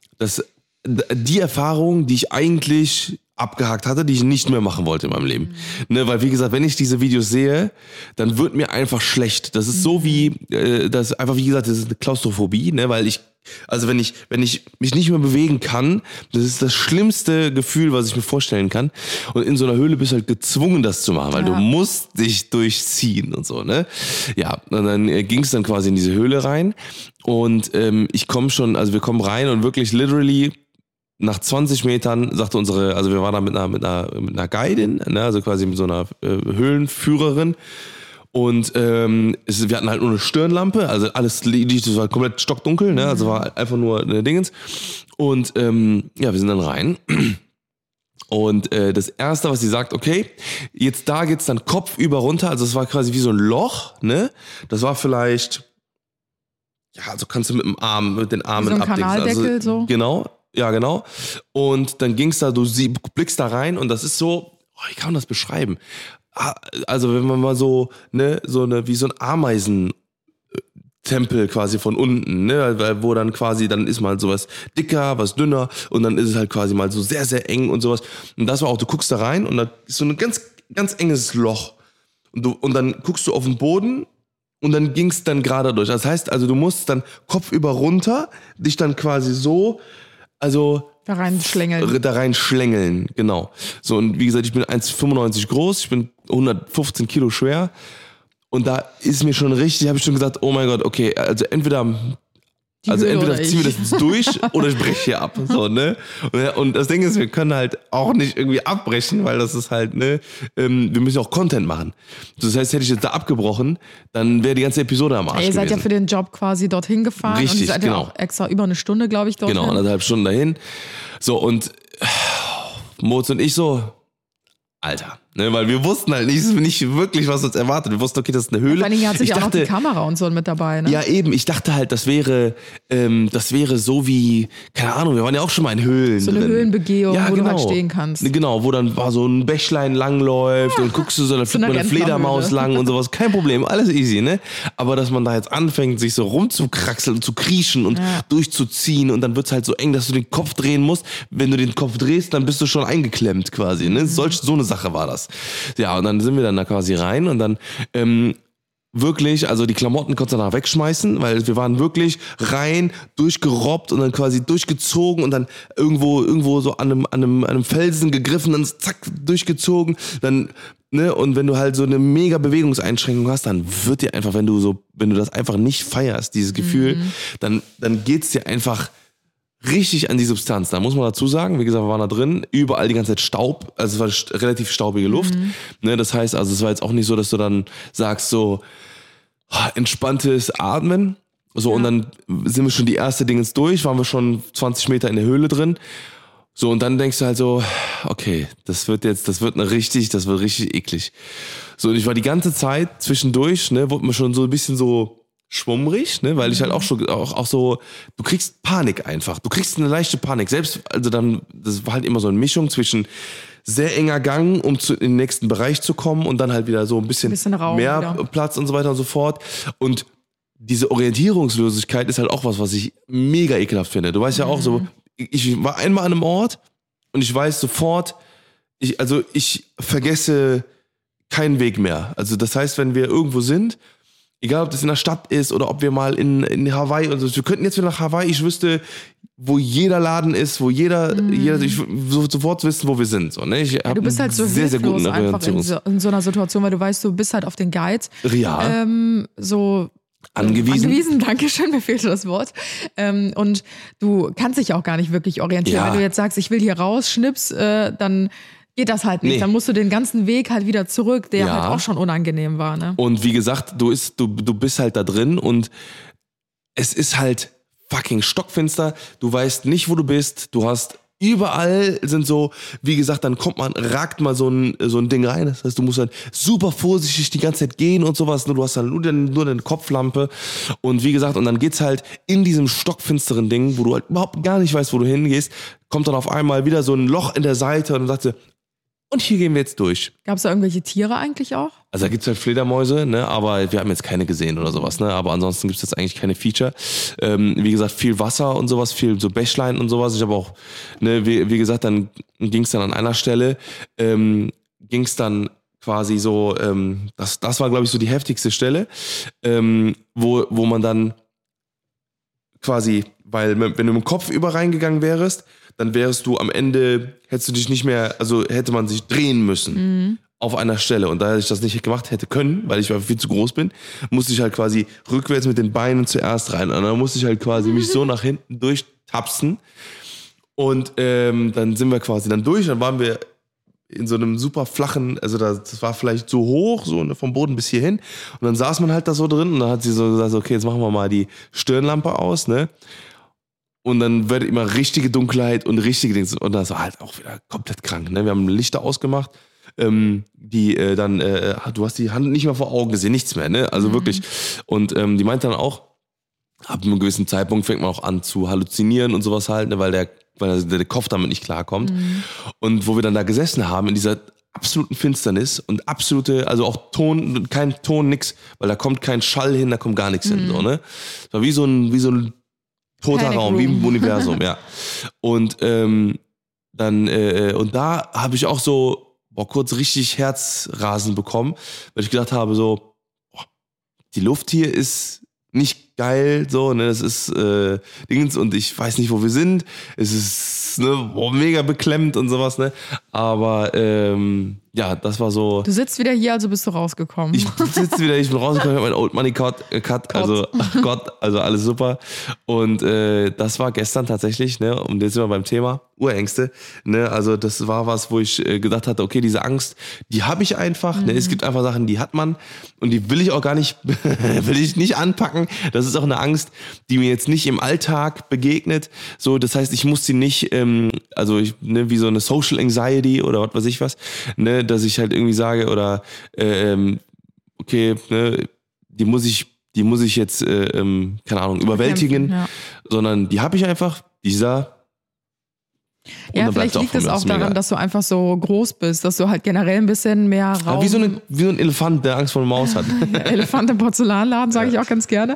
die Erfahrung, die ich eigentlich abgehakt hatte, die ich nicht mehr machen wollte in meinem Leben. Ne, weil wie gesagt, wenn ich diese Videos sehe, dann wird mir einfach schlecht. Das ist so wie, das einfach wie gesagt, das ist eine Klaustrophobie, ne, weil wenn ich mich nicht mehr bewegen kann, das ist das schlimmste Gefühl, was ich mir vorstellen kann. Und in so einer Höhle bist du halt gezwungen, das zu machen, weil du musst dich durchziehen und so, ne? Ja, und dann ging es dann quasi in diese Höhle rein und wir kommen rein und wirklich literally nach 20 Metern sagte also wir waren da mit einer Guidin, ne, also quasi mit so einer Höhlenführerin. Und wir hatten halt nur eine Stirnlampe, also alles das war komplett stockdunkel, ne? Also war einfach nur eine Dingens. Und wir sind dann rein. Und das Erste, was sie sagt, okay, jetzt da geht's dann kopfüber runter, also es war quasi wie so ein Loch, ne? Das war vielleicht, ja, also kannst du mit den Armen wie so ein Kanaldeckel, also, so. Genau, ja, genau. Und dann ging's da, du blickst da rein und das ist so, wie kann man das beschreiben? Also wenn man mal so, ne, wie so ein Ameisentempel quasi von unten, ne, wo dann quasi, dann ist mal sowas dicker, was dünner und dann ist es halt quasi mal so sehr, sehr eng und sowas. Und das war auch, du guckst da rein und da ist so ein ganz, ganz enges Loch. Und dann guckst du auf den Boden und dann ging's dann gerade durch. Das heißt also, du musst dann kopfüber runter, dich dann quasi so, also da reinschlängeln, genau. So, und wie gesagt, ich bin 1,95 groß, ich bin 115 Kilo schwer. Und da ist mir schon richtig, habe ich schon gesagt, oh mein Gott, okay, also entweder ziehen wir das jetzt durch oder ich breche hier ab. So, ne? Und das Ding ist, wir können halt auch nicht irgendwie abbrechen, weil das ist halt, ne, wir müssen auch Content machen. Das heißt, hätte ich jetzt da abgebrochen, dann wäre die ganze Episode am Arsch gewesen. Ihr seid ja für den Job quasi dorthin gefahren. Richtig, und ihr seid ja auch extra über eine Stunde, glaube ich, dorthin. Genau, 1,5 Stunden dahin. So, und Moritz und ich so, Alter, ne, weil wir wussten halt nicht wirklich, was uns erwartet. Wir wussten, okay, das ist eine Höhle. Vor allen Dingen hat sich auch noch die Kamera und so mit dabei, ne? Ja, eben. Ich dachte halt, das wäre so wie, keine Ahnung, wir waren ja auch schon mal in Höhlen so eine drin. Höhlenbegehung, wo du halt stehen kannst. Genau, wo dann war so ein Bächlein langläuft und guckst du so, da fliegt eine Fledermaus lang und sowas. Kein Problem, alles easy, ne? Aber dass man da jetzt anfängt, sich so rumzukraxeln und zu kriechen und durchzuziehen und dann wird's halt so eng, dass du den Kopf drehen musst. Wenn du den Kopf drehst, dann bist du schon eingeklemmt quasi, ne? So eine Sache war das. Ja, und dann sind wir dann da quasi rein und dann wirklich, also die Klamotten konntest du danach wegschmeißen, weil wir waren wirklich rein, durchgerobbt und dann quasi durchgezogen und dann irgendwo so an einem Felsen gegriffen, dann zack, durchgezogen, dann, ne, und wenn du halt so eine mega Bewegungseinschränkung hast, dann wird dir einfach, wenn du das einfach nicht feierst, dieses Gefühl, dann geht's dir einfach richtig an die Substanz. Da muss man dazu sagen, wie gesagt, wir waren da drin, überall die ganze Zeit Staub, also es war relativ staubige Luft. Ne, das heißt, also es war jetzt auch nicht so, dass du dann sagst so, entspanntes Atmen. So, und dann sind wir schon die erste Dingens durch, waren wir schon 20 Meter in der Höhle drin. So, und dann denkst du halt so, okay, das wird richtig eklig. So, und ich war die ganze Zeit zwischendurch, ne, wurde mir schon so ein bisschen so schwummrig, ne, weil ich halt auch schon auch so, du kriegst Panik einfach, du kriegst eine leichte Panik, selbst, also dann, das war halt immer so eine Mischung zwischen sehr enger Gang, um in den nächsten Bereich zu kommen und dann halt wieder so ein bisschen Raum mehr wieder. Platz und so weiter und so fort und diese Orientierungslosigkeit ist halt auch was ich mega ekelhaft finde. Du weißt ja auch so, ich war einmal an einem Ort und ich weiß sofort, ich vergesse keinen Weg mehr. Also das heißt, wenn wir irgendwo sind, egal ob das in der Stadt ist oder ob wir mal in Hawaii oder so, wir könnten jetzt wieder nach Hawaii, ich wüsste, wo jeder Laden ist, wo jeder ich sofort wissen, wo wir sind. So, ne? Du bist halt so sehr, sehr guten einfach in so einer Situation, weil du weißt, du bist halt auf den Guide. Ja. So Angewiesen, Dankeschön, mir fehlte das Wort. Und du kannst dich auch gar nicht wirklich orientieren. Ja. Wenn du jetzt sagst, ich will hier raus, schnips, dann geht das halt nicht. Nee. Dann musst du den ganzen Weg halt wieder zurück, der halt auch schon unangenehm war. Ne? Und wie gesagt, du bist halt da drin und es ist halt fucking stockfinster. Du weißt nicht, wo du bist. Du hast überall sind so, wie gesagt, dann ragt mal so ein Ding rein. Das heißt, du musst dann super vorsichtig die ganze Zeit gehen und sowas. Du hast dann nur deine Kopflampe. Und wie gesagt, und dann geht's halt in diesem stockfinsteren Ding, wo du halt überhaupt gar nicht weißt, wo du hingehst, kommt dann auf einmal wieder so ein Loch in der Seite und dann sagst du, und hier gehen wir jetzt durch. Gab es da irgendwelche Tiere eigentlich auch? Also da gibt's halt Fledermäuse, ne, aber wir haben jetzt keine gesehen oder sowas, ne, aber ansonsten gibt's jetzt eigentlich keine Feature. Wie gesagt, viel Wasser und sowas, viel so Bächlein und sowas. Ich habe auch, ne, wie gesagt, dann ging's dann an einer Stelle, ging's dann quasi so, das war, glaube ich, so die heftigste Stelle, wo man dann quasi, weil wenn du mit dem Kopf über reingegangen wärst, dann wärst du am Ende, hättest du dich nicht mehr, also hätte man sich drehen müssen auf einer Stelle. Und da ich das nicht gemacht hätte können, weil ich viel zu groß bin, musste ich halt quasi rückwärts mit den Beinen zuerst rein. Und dann musste ich halt quasi mich so nach hinten durchtapsen. Und dann sind wir quasi dann durch. Dann waren wir in so einem super flachen, also das war vielleicht so hoch, so vom Boden bis hierhin. Und dann saß man halt da so drin und dann hat sie so gesagt, okay, jetzt machen wir mal die Stirnlampe aus, ne? Und dann wird immer richtige Dunkelheit und richtige Dinge. Und das war halt auch wieder komplett krank. Ne? Wir haben Lichter ausgemacht, du hast die Hand nicht mehr vor Augen gesehen, nichts mehr. Ne? Also wirklich. Und die meinte dann auch, ab einem gewissen Zeitpunkt fängt man auch an zu halluzinieren und sowas halt, ne? weil der Kopf damit nicht klarkommt. Und wo wir dann da gesessen haben, in dieser absoluten Finsternis und absolute, also auch Ton, kein Ton, nix, weil da kommt kein Schall hin, da kommt gar nichts hin. So, ne? Es war wie so ein toter Panic Raum, Room. wie im Universum, ja. Und und da habe ich auch so kurz richtig Herzrasen bekommen, weil ich gedacht habe so, die Luft hier ist nicht geil, so, ne, das ist Dings und ich weiß nicht, wo wir sind. Es ist mega beklemmt und sowas, ne. Aber ja, das war so. Du sitzt wieder hier, also bist du rausgekommen. Ich bin rausgekommen, ich habe meinen Old Money Cut, also ach Gott, also alles super. Und das war gestern tatsächlich, ne, und jetzt sind wir beim Thema Urängste, ne, also das war was, wo ich gedacht hatte, okay, diese Angst, die habe ich einfach, ne, es gibt einfach Sachen, die hat man und die will ich auch gar nicht, will ich nicht anpacken. Das ist auch eine Angst, die mir jetzt nicht im Alltag begegnet, so, das heißt, ich muss sie nicht, wie so eine Social Anxiety oder was weiß ich was, ne, dass ich halt irgendwie sage oder okay, ne, die muss ich jetzt keine Ahnung überwältigen, ja. Sondern die habe ich einfach, ja, vielleicht liegt es auch daran, dass du einfach so groß bist, dass du halt generell ein bisschen mehr Raum... Wie so ein Elefant, der Angst vor einer Maus hat. Elefant im Porzellanladen, sage ich auch ganz gerne.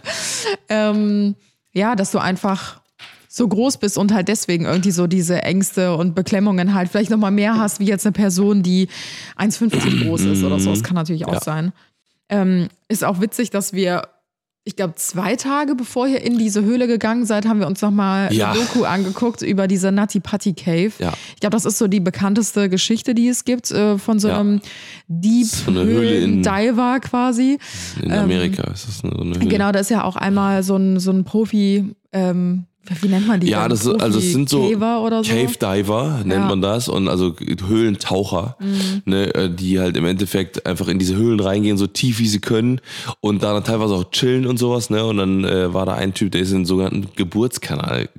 Ja, dass du einfach so groß bist und halt deswegen irgendwie so diese Ängste und Beklemmungen halt vielleicht nochmal mehr hast, wie jetzt eine Person, die 1,50 groß ist oder so. Das kann natürlich auch sein. Ist auch witzig, dass wir, ich glaube 2 Tage bevor ihr in diese Höhle gegangen seid, haben wir uns nochmal eine Doku angeguckt über diese Nutty Putty Cave. Ja. Ich glaube, das ist so die bekannteste Geschichte, die es gibt, von so einem Deep-Höhlen-Diver quasi. In Amerika ist das so eine Höhle. Genau, da ist ja auch einmal so ein Profi, wie nennt man die? Ja, es sind so Caver oder so? Cave Diver nennt man das und also Höhlentaucher, ne, die halt im Endeffekt einfach in diese Höhlen reingehen, so tief wie sie können und da dann teilweise auch chillen und sowas, ne, und dann war da ein Typ, der ist in den sogenannten Geburtskanal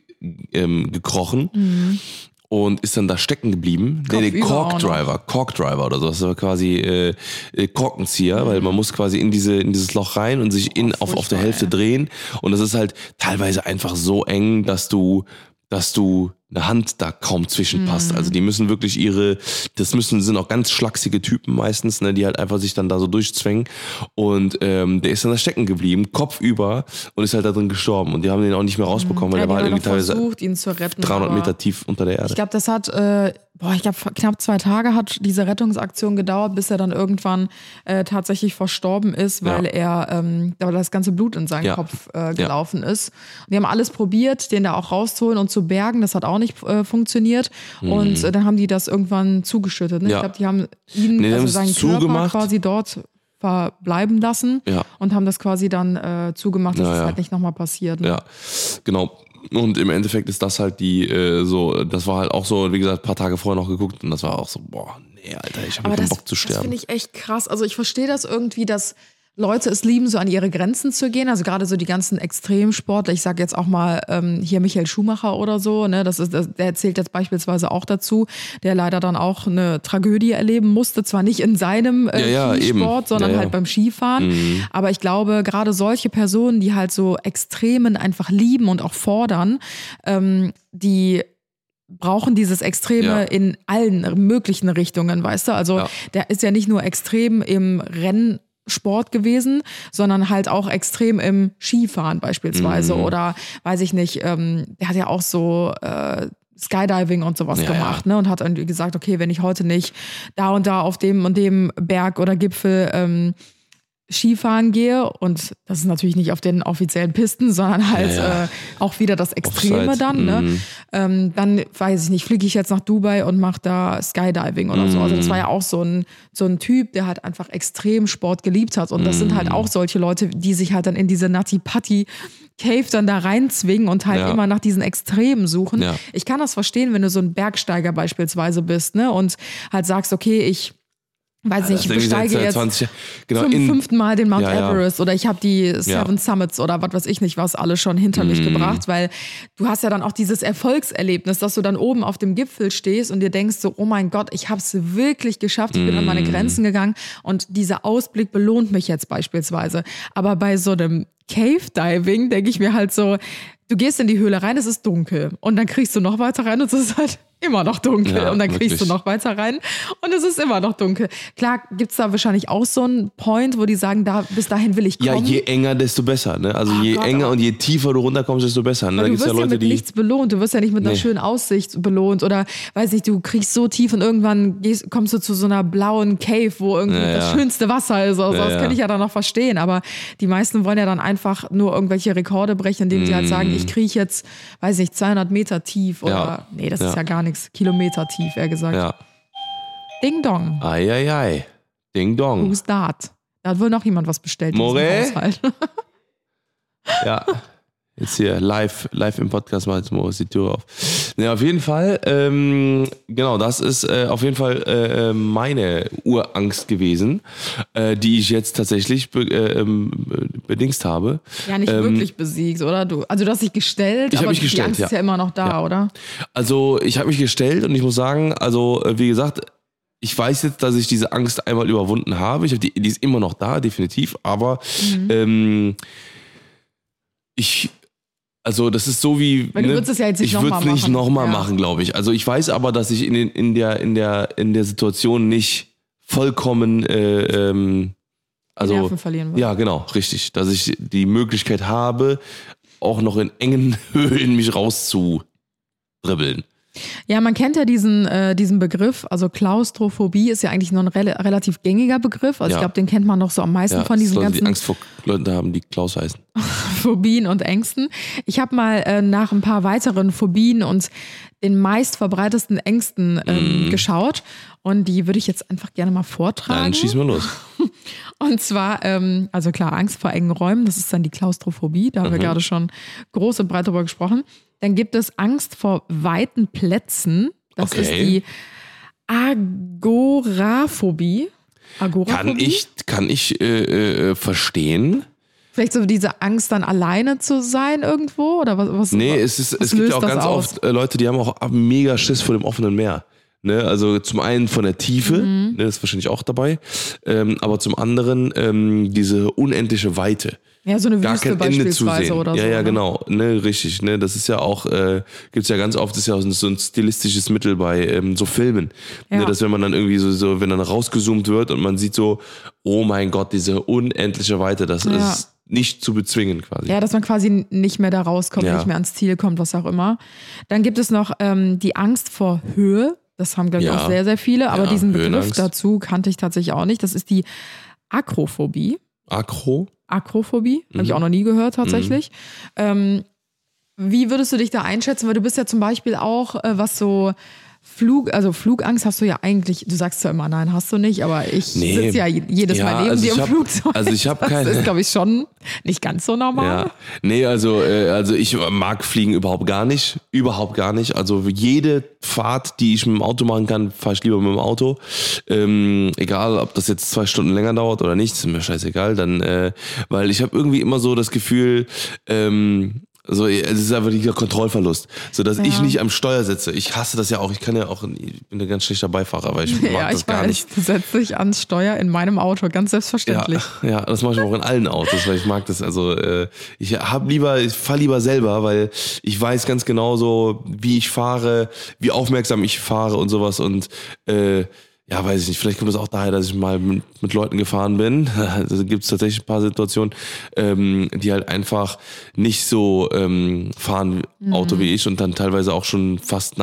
gekrochen und ist dann da stecken geblieben. Cork Driver oder so. Das war quasi Korkenzieher, weil man muss quasi in dieses Loch rein und sich auf der Hälfte drehen. Und das ist halt teilweise einfach so eng, dass du eine Hand da kaum zwischenpasst. Also die müssen wirklich sind auch ganz schlachsige Typen meistens, ne, die halt einfach sich dann da so durchzwängen. Und der ist dann da stecken geblieben, kopfüber und ist halt da drin gestorben. Und die haben den auch nicht mehr rausbekommen, weil der war halt irgendwie teilweise versucht, ihn zu retten, 300 Meter tief unter der Erde. Ich glaube, das hat, knapp 2 Tage hat diese Rettungsaktion gedauert, bis er dann irgendwann tatsächlich verstorben ist, weil weil das ganze Blut in seinen Kopf gelaufen ist. Und die haben alles probiert, den da auch rauszuholen und zu bergen. Das hat auch nicht funktioniert. Und dann haben die das irgendwann zugeschüttet. Ne? Ja. Ich glaube, die haben ihn, seinen Körper quasi dort verbleiben lassen und haben das quasi dann zugemacht, dass das halt nicht nochmal passiert. Ne? Ja, genau. Und im Endeffekt ist das halt das war halt auch so, wie gesagt, ein paar Tage vorher noch geguckt und das war auch so, boah, nee, Alter, ich habe keinen Bock zu sterben. Das finde ich echt krass. Also ich verstehe das irgendwie, dass Leute es lieben, so an ihre Grenzen zu gehen. Also gerade so die ganzen Extremsportler, ich sage jetzt auch mal hier Michael Schumacher oder so, ne, der zählt jetzt beispielsweise auch dazu, der leider dann auch eine Tragödie erleben musste. Zwar nicht in seinem Skisport, sondern halt beim Skifahren. Aber ich glaube, gerade solche Personen, die halt so Extremen einfach lieben und auch fordern, die brauchen dieses Extreme in allen möglichen Richtungen, weißt du? Also der ist ja nicht nur extrem im Rennsport gewesen, sondern halt auch extrem im Skifahren beispielsweise oder weiß ich nicht, der hat ja auch so Skydiving und sowas gemacht, ne? Und hat irgendwie gesagt, okay, wenn ich heute nicht da und da auf dem und dem Berg oder Gipfel Skifahren gehe, und das ist natürlich nicht auf den offiziellen Pisten, sondern halt auch wieder das Extreme dann, ne? Dann, weiß ich nicht, fliege ich jetzt nach Dubai und mache da Skydiving oder so. Also das war ja auch so ein Typ, der halt einfach extrem Sport geliebt hat, und das sind halt auch solche Leute, die sich halt dann in diese Natti-Patti-Cave dann da reinzwingen und halt immer nach diesen Extremen suchen. Ja. Ich kann das verstehen, wenn du so ein Bergsteiger beispielsweise bist, ne, und halt sagst, okay, ich besteige jetzt zum 5. Mal den Mount Everest oder ich habe die 7 Summits oder was weiß ich nicht, was alles schon hinter mich gebracht, weil du hast ja dann auch dieses Erfolgserlebnis, dass du dann oben auf dem Gipfel stehst und dir denkst so, oh mein Gott, ich habe es wirklich geschafft, ich bin an meine Grenzen gegangen, und dieser Ausblick belohnt mich jetzt beispielsweise. Aber bei so einem Cave-Diving denke ich mir halt so, du gehst in die Höhle rein, es ist dunkel, und dann kriegst du noch weiter rein und es ist halt immer noch dunkel, und dann kriegst du noch weiter rein und es ist immer noch dunkel. Klar gibt's da wahrscheinlich auch so einen Point, wo die sagen, bis dahin will ich kommen. Ja, je enger, desto besser. Ne? Also je enger und je tiefer du runterkommst, desto besser. Ne? Du wirst ja mit nichts belohnt. Du wirst ja nicht mit einer schönen Aussicht belohnt oder, weiß nicht, du kriegst so tief und irgendwann kommst du zu so einer blauen Cave, wo irgendwie das schönste Wasser ist. Also das kann ich ja dann noch verstehen. Aber die meisten wollen ja dann einfach nur irgendwelche Rekorde brechen, indem sie halt sagen, ich kriege jetzt, weiß nicht, 200 Meter tief oder, nee, das ist ja gar nichts. Kilometer tief, eher gesagt. Ja. Ding Dong. Ei. Ding Dong. Who's that? Da hat wohl noch jemand was bestellt. More? Ja. Jetzt hier live im Podcast mal jetzt Moritz die Tür auf. Ja, auf jeden Fall, genau, das ist auf jeden Fall meine Urangst gewesen, die ich jetzt tatsächlich bedingst habe. Ja, nicht wirklich besiegt, oder? Du hast dich gestellt, aber die Angst ist ja immer noch da, oder? Also ich habe mich gestellt und ich muss sagen, also wie gesagt, ich weiß jetzt, dass ich diese Angst einmal überwunden habe. Die ist immer noch da, definitiv, aber also das ist so wie, weil du würdest es ja jetzt nicht ich würde es nicht nochmal machen, glaube ich. Also ich weiß aber, dass ich in der Situation nicht vollkommen Nerven verlieren würde. Ja, genau, richtig. Dass ich die Möglichkeit habe, auch noch in engen Höhlen mich rauszudribbeln. Ja, man kennt ja diesen Begriff, also Klaustrophobie ist ja eigentlich noch ein relativ gängiger Begriff. Also ich glaube, den kennt man noch so am meisten von diesen ganzen... die Angst vor Leuten haben, die Klaus heißen. Phobien und Ängsten. Ich habe mal nach ein paar weiteren Phobien und den meistverbreitesten Ängsten geschaut, und die würde ich jetzt einfach gerne mal vortragen. Dann schießen wir los. Und zwar, also klar, Angst vor engen Räumen, das ist dann die Klaustrophobie, da haben wir gerade schon groß und breit drüber gesprochen. Dann gibt es Angst vor weiten Plätzen, das ist die Agoraphobie. Kann ich verstehen. Vielleicht so diese Angst, dann alleine zu sein irgendwo? Oder was? Nee, es gibt ja auch ganz oft Leute, die haben auch mega Schiss vor dem offenen Meer. Ne? Also zum einen von der Tiefe, ne, das ist wahrscheinlich auch dabei, aber zum anderen diese unendliche Weite. Ja, so eine Wüste beispielsweise oder so. Ja, genau, ne, richtig. Ne, das ist ja auch, gibt's ja ganz oft, ist ja auch so ein stilistisches Mittel bei so Filmen. Ja. Ne, dass wenn man dann irgendwie so, wenn dann rausgezoomt wird und man sieht so, oh mein Gott, diese unendliche Weite, das ist nicht zu bezwingen quasi. Ja, dass man quasi nicht mehr da rauskommt, nicht mehr ans Ziel kommt, was auch immer. Dann gibt es noch die Angst vor Höhe. Das haben, glaube ich, auch sehr, sehr viele. Aber diesen Begriff dazu kannte ich tatsächlich auch nicht. Das ist die Akrophobie. Akrophobie, habe ich auch noch nie gehört tatsächlich. Wie würdest du dich da einschätzen? Weil du bist ja zum Beispiel auch, was so Flugangst hast du ja eigentlich, du sagst zwar immer, nein, hast du nicht, aber ich sitze ja jedes Mal neben dir im Flugzeug. Also ich habe keine. Das ist, glaube ich, schon nicht ganz so normal. Ja. Nee, also ich mag Fliegen überhaupt gar nicht. Überhaupt gar nicht. Also jede Fahrt, die ich mit dem Auto machen kann, fahre ich lieber mit dem Auto. Egal, ob das jetzt 2 Stunden länger dauert oder nicht, ist mir scheißegal. Dann, weil ich habe irgendwie immer so das Gefühl, so, es ist einfach dieser Kontrollverlust, so dass ich nicht am Steuer sitze. Ich hasse das ja auch. Ich bin ein ganz schlechter Beifahrer, weil ich mag das gar nicht. Du setzt dich ans Steuer in meinem Auto, ganz selbstverständlich. Ja, das mache ich auch in allen Autos, weil ich mag das. Also ich fahre lieber selber, weil ich weiß ganz genau so, wie ich fahre, wie aufmerksam ich fahre und sowas und ja, weiß ich nicht, vielleicht kommt das auch daher, dass ich mal mit Leuten gefahren bin. Da gibt es tatsächlich ein paar Situationen, die halt einfach nicht so fahren Auto wie ich und dann teilweise auch schon fast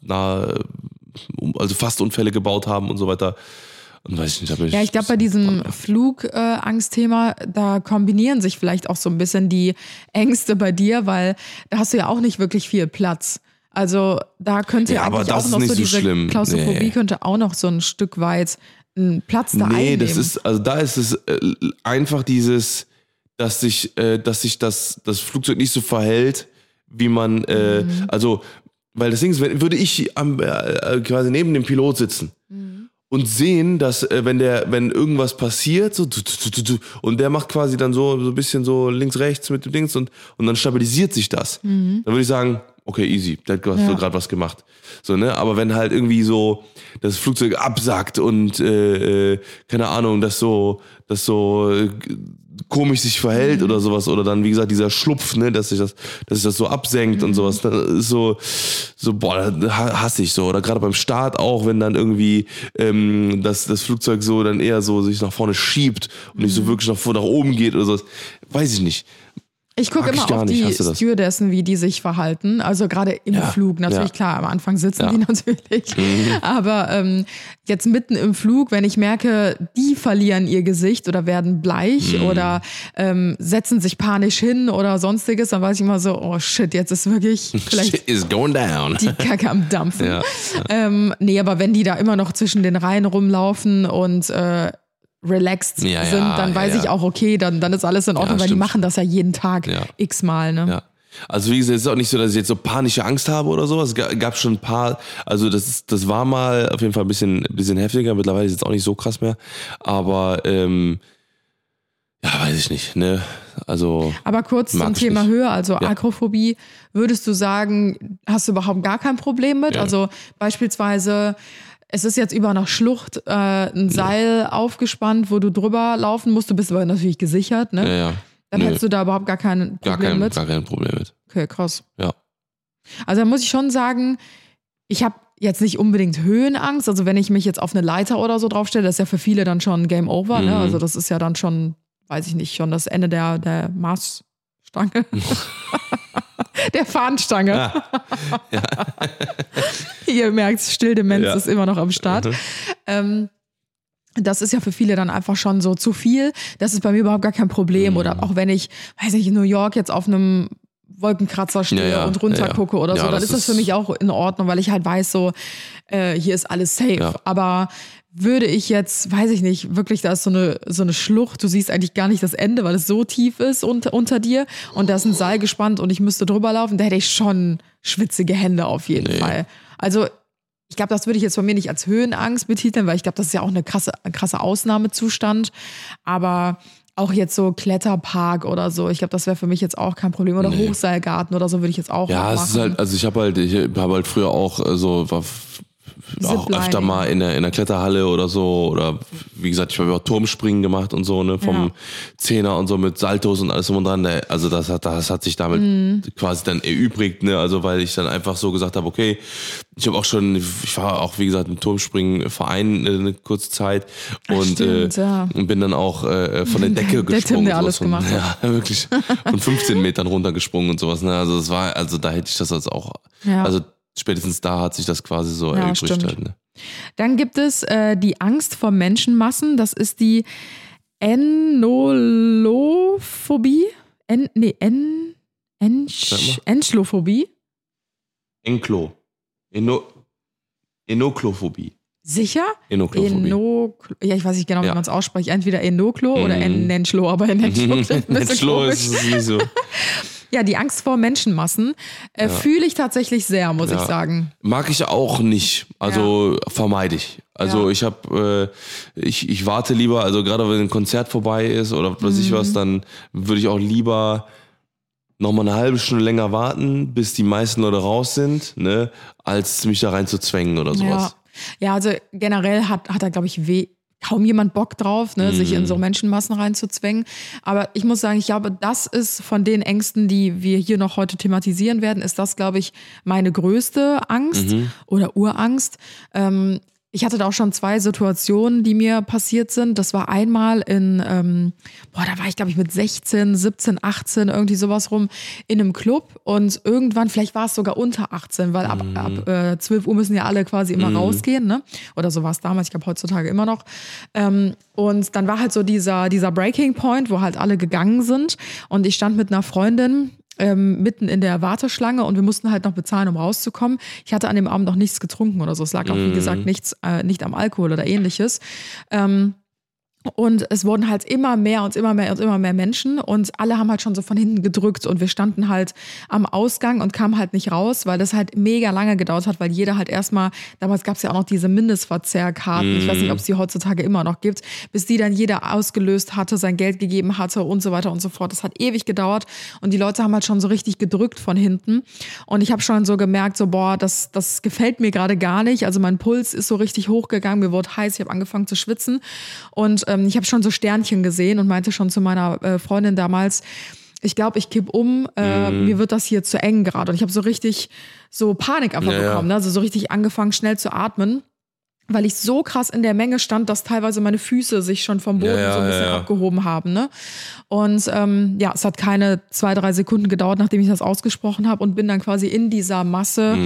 also fast Unfälle gebaut haben und so weiter. Und weiß ich nicht, ich glaube, bei diesem Flugangstthema, da kombinieren sich vielleicht auch so ein bisschen die Ängste bei dir, weil da hast du ja auch nicht wirklich viel Platz. Also da könnte eigentlich auch noch so diese Klaustrophobie könnte auch noch so ein Stück weit einen Platz da einnehmen. Da ist es einfach dieses, dass sich das Flugzeug nicht so verhält, wie man, also, weil das Ding ist, würde ich quasi neben dem Pilot sitzen und sehen, dass wenn irgendwas passiert, so und der macht quasi dann so ein bisschen so links, rechts mit dem Dings und dann stabilisiert sich das. Dann würde ich sagen, okay, easy, der hat gerade was gemacht. So, ne? Aber wenn halt irgendwie so das Flugzeug absackt und keine Ahnung, das so komisch sich verhält oder sowas, oder dann, wie gesagt, dieser Schlupf, ne, dass sich das so absenkt und sowas, dann ist so, boah, hasse ich so. Oder gerade beim Start auch, wenn dann irgendwie das Flugzeug so dann eher so sich nach vorne schiebt und nicht so wirklich nach oben geht oder sowas. Weiß ich nicht. Ich gucke immer auf die Stewardessen, wie die sich verhalten. Also gerade im Flug. Natürlich, klar, am Anfang sitzen die natürlich. Aber jetzt mitten im Flug, wenn ich merke, die verlieren ihr Gesicht oder werden bleich oder setzen sich panisch hin oder sonstiges, dann weiß ich immer so, oh shit, jetzt ist wirklich vielleicht shit is going down. Die Kacke am Dampfen. Nee, aber wenn die da immer noch zwischen den Reihen rumlaufen und relaxed sind, dann weiß ich auch, okay, dann ist alles in Ordnung, weil die machen das ja jeden Tag x-mal, ne? Ja. Also wie gesagt, es ist auch nicht so, dass ich jetzt so panische Angst habe oder sowas. Es gab schon ein paar, also das war mal auf jeden Fall ein bisschen heftiger, mittlerweile ist es jetzt auch nicht so krass mehr, aber weiß ich nicht, ne? Also. Aber kurz zum Thema Höhe, also Akrophobie, würdest du sagen, hast du überhaupt gar kein Problem mit? Ja. Also beispielsweise, es ist jetzt über einer Schlucht ein Seil aufgespannt, wo du drüber laufen musst. Du bist aber natürlich gesichert, ne? Ja. Dann hättest du da überhaupt gar kein Problem mit? Gar kein Problem mit. Okay, krass. Ja. Also da muss ich schon sagen, ich habe jetzt nicht unbedingt Höhenangst. Also wenn ich mich jetzt auf eine Leiter oder so draufstelle, das ist ja für viele dann schon Game Over, ne? Also das ist ja dann schon, weiß ich nicht, schon das Ende der Maßstange. Der Fahnenstange. Ja. Ihr merkt, Stilldemenz ist immer noch am Start. Das ist ja für viele dann einfach schon so zu viel. Das ist bei mir überhaupt gar kein Problem. Oder auch wenn ich, weiß nicht, in New York jetzt auf einem Wolkenkratzer stehe und runter gucke oder so, dann ist das für mich auch in Ordnung, weil ich halt weiß, so, hier ist alles safe. Ja. Aber würde ich jetzt, weiß ich nicht, wirklich, da ist so eine Schlucht, du siehst eigentlich gar nicht das Ende, weil es so tief ist unter dir und da ist ein Seil gespannt und ich müsste drüber laufen, da hätte ich schon schwitzige Hände auf jeden Fall. Also ich glaube, das würde ich jetzt von mir nicht als Höhenangst betiteln, weil ich glaube, das ist ja auch ein krasser Ausnahmezustand, aber auch jetzt so Kletterpark oder so, ich glaube, das wäre für mich jetzt auch kein Problem. Oder Hochseilgarten oder so würde ich jetzt auch machen. Es ist halt, also ich habe halt früher auch auch öfter mal in der Kletterhalle oder so, oder wie gesagt, ich habe auch Turmspringen gemacht und so, ne, vom Zehner und so mit Saltos und alles drum und dran. Also das hat sich damit quasi dann erübrigt, ne, also weil ich dann einfach so gesagt habe, okay, ich war auch, wie gesagt, im Turmspringen-Verein eine kurze Zeit und bin dann auch von der Decke gesprungen. Der alles gemacht. Ja, wirklich von 15 Metern runtergesprungen und sowas, ne, also da hätte ich das als auch, also spätestens da hat sich das quasi so erübrigt. Halt, ne? Dann gibt es die Angst vor Menschenmassen. Das ist die Enolophobie. Enschlophobie. Enoklophobie. Sicher? Enoklophobie. Ja, ich weiß nicht genau, wie man es ausspricht. Entweder Enoklo oder Nenschlo, aber Nenschlo klingt ein bisschen Nenschlo komisch. ist es nicht so. Ja, die Angst vor Menschenmassen fühle ich tatsächlich sehr, muss ich sagen. Mag ich auch nicht. Also vermeide ich. Also ich habe, ich warte lieber, also gerade wenn ein Konzert vorbei ist oder was weiß ich was, dann würde ich auch lieber nochmal eine halbe Stunde länger warten, bis die meisten Leute raus sind, ne, als mich da rein zu zwängen oder sowas. Ja, also generell hat da, glaube ich, kaum jemand Bock drauf, ne, sich in so Menschenmassen reinzuzwängen. Aber ich muss sagen, ich glaube, das ist von den Ängsten, die wir hier noch heute thematisieren werden, ist das, glaube ich, meine größte Angst oder Urangst. Ich hatte da auch schon 2 Situationen, die mir passiert sind. Das war einmal da war ich, glaube ich, mit 16, 17, 18, irgendwie sowas rum, in einem Club. Und irgendwann, vielleicht war es sogar unter 18, weil ab 12 Uhr müssen ja alle quasi immer rausgehen, ne? Oder so war es damals, ich glaube heutzutage immer noch. Und dann war halt so dieser Breaking Point, wo halt alle gegangen sind. Und ich stand mit einer Freundin mitten in der Warteschlange und wir mussten halt noch bezahlen, um rauszukommen. Ich hatte an dem Abend noch nichts getrunken oder so. Es lag auch, wie gesagt, nicht am Alkohol oder ähnliches. Und es wurden halt immer mehr und immer mehr und immer mehr Menschen und alle haben halt schon so von hinten gedrückt und wir standen halt am Ausgang und kamen halt nicht raus, weil das halt mega lange gedauert hat, weil jeder halt erstmal, damals gab es ja auch noch diese Mindestverzehrkarten, ich weiß nicht, ob es die heutzutage immer noch gibt, bis die dann jeder ausgelöst hatte, sein Geld gegeben hatte und so weiter und so fort. Das hat ewig gedauert und die Leute haben halt schon so richtig gedrückt von hinten und ich habe schon so gemerkt, so boah, das gefällt mir gerade gar nicht, also mein Puls ist so richtig hochgegangen, mir wurde heiß, ich habe angefangen zu schwitzen und ich habe schon so Sternchen gesehen und meinte schon zu meiner Freundin damals, ich glaube, ich kipp um, mir wird das hier zu eng gerade. Und ich habe so richtig so Panik einfach bekommen, ne? Also so richtig angefangen, schnell zu atmen, weil ich so krass in der Menge stand, dass teilweise meine Füße sich schon vom Boden so ein bisschen abgehoben haben. Ne? Und es hat keine 2-3 Sekunden gedauert, nachdem ich das ausgesprochen habe und bin dann quasi in dieser Masse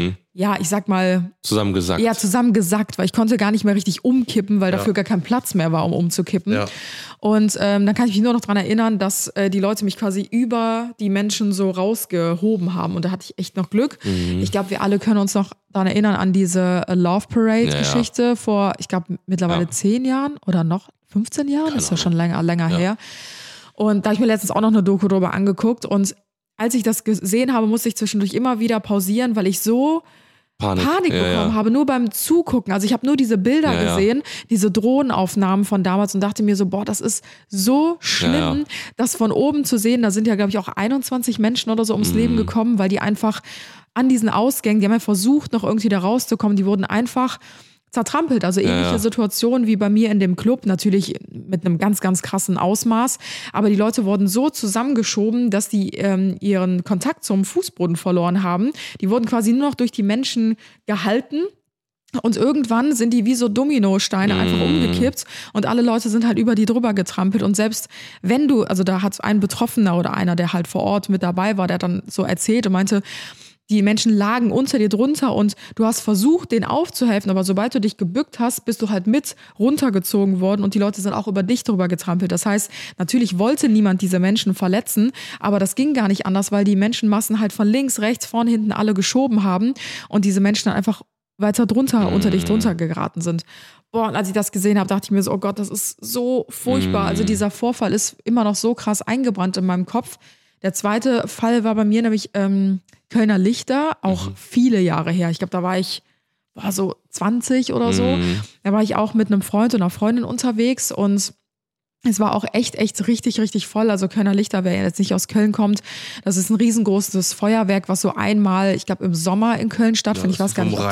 ich sag mal zusammengesackt. Ja, zusammengesackt, weil ich konnte gar nicht mehr richtig umkippen, weil dafür gar kein Platz mehr war, um umzukippen. Ja. Und dann kann ich mich nur noch daran erinnern, dass die Leute mich quasi über die Menschen so rausgehoben haben. Und da hatte ich echt noch Glück. Ich glaube, wir alle können uns noch daran erinnern an diese Love Parade-Geschichte vor, ich glaube, mittlerweile 10 Jahren oder noch 15 Jahren. Ist ja schon länger her. Und da habe ich mir letztens auch noch eine Doku drüber angeguckt. Und als ich das gesehen habe, musste ich zwischendurch immer wieder pausieren, weil ich so Panik bekommen habe, nur beim Zugucken. Also ich habe nur diese Bilder gesehen, diese Drohnenaufnahmen von damals und dachte mir so, boah, das ist so schlimm, das von oben zu sehen. Da sind ja, glaube ich, auch 21 Menschen oder so ums Leben gekommen, weil die einfach an diesen Ausgängen, die haben ja versucht, noch irgendwie da rauszukommen, die wurden einfach zertrampelt. Also ähnliche Situation wie bei mir in dem Club, natürlich mit einem ganz, ganz krassen Ausmaß. Aber die Leute wurden so zusammengeschoben, dass die ihren Kontakt zum Fußboden verloren haben. Die wurden quasi nur noch durch die Menschen gehalten. Und irgendwann sind die wie so Dominosteine einfach umgekippt und alle Leute sind halt über die drüber getrampelt. Und selbst wenn also da hat ein Betroffener oder einer, der halt vor Ort mit dabei war, der hat dann so erzählt und meinte, die Menschen lagen unter dir drunter und du hast versucht, denen aufzuhelfen, aber sobald du dich gebückt hast, bist du halt mit runtergezogen worden und die Leute sind auch über dich drüber getrampelt. Das heißt, natürlich wollte niemand diese Menschen verletzen, aber das ging gar nicht anders, weil die Menschenmassen halt von links, rechts, vorne, hinten alle geschoben haben und diese Menschen dann einfach weiter drunter, unter dich drunter geraten sind. Boah, und als ich das gesehen habe, dachte ich mir so, oh Gott, das ist so furchtbar. Also dieser Vorfall ist immer noch so krass eingebrannt in meinem Kopf. Der zweite Fall war bei mir nämlich Kölner Lichter, auch viele Jahre her. Ich glaube, da war ich so 20 oder so. Da war ich auch mit einem Freund und einer Freundin unterwegs und es war auch echt richtig, richtig voll. Also Kölner Lichter, wer jetzt nicht aus Köln kommt, das ist ein riesengroßes Feuerwerk, was so einmal, ich glaube, im Sommer in Köln stattfindet. Ich weiß gar nicht,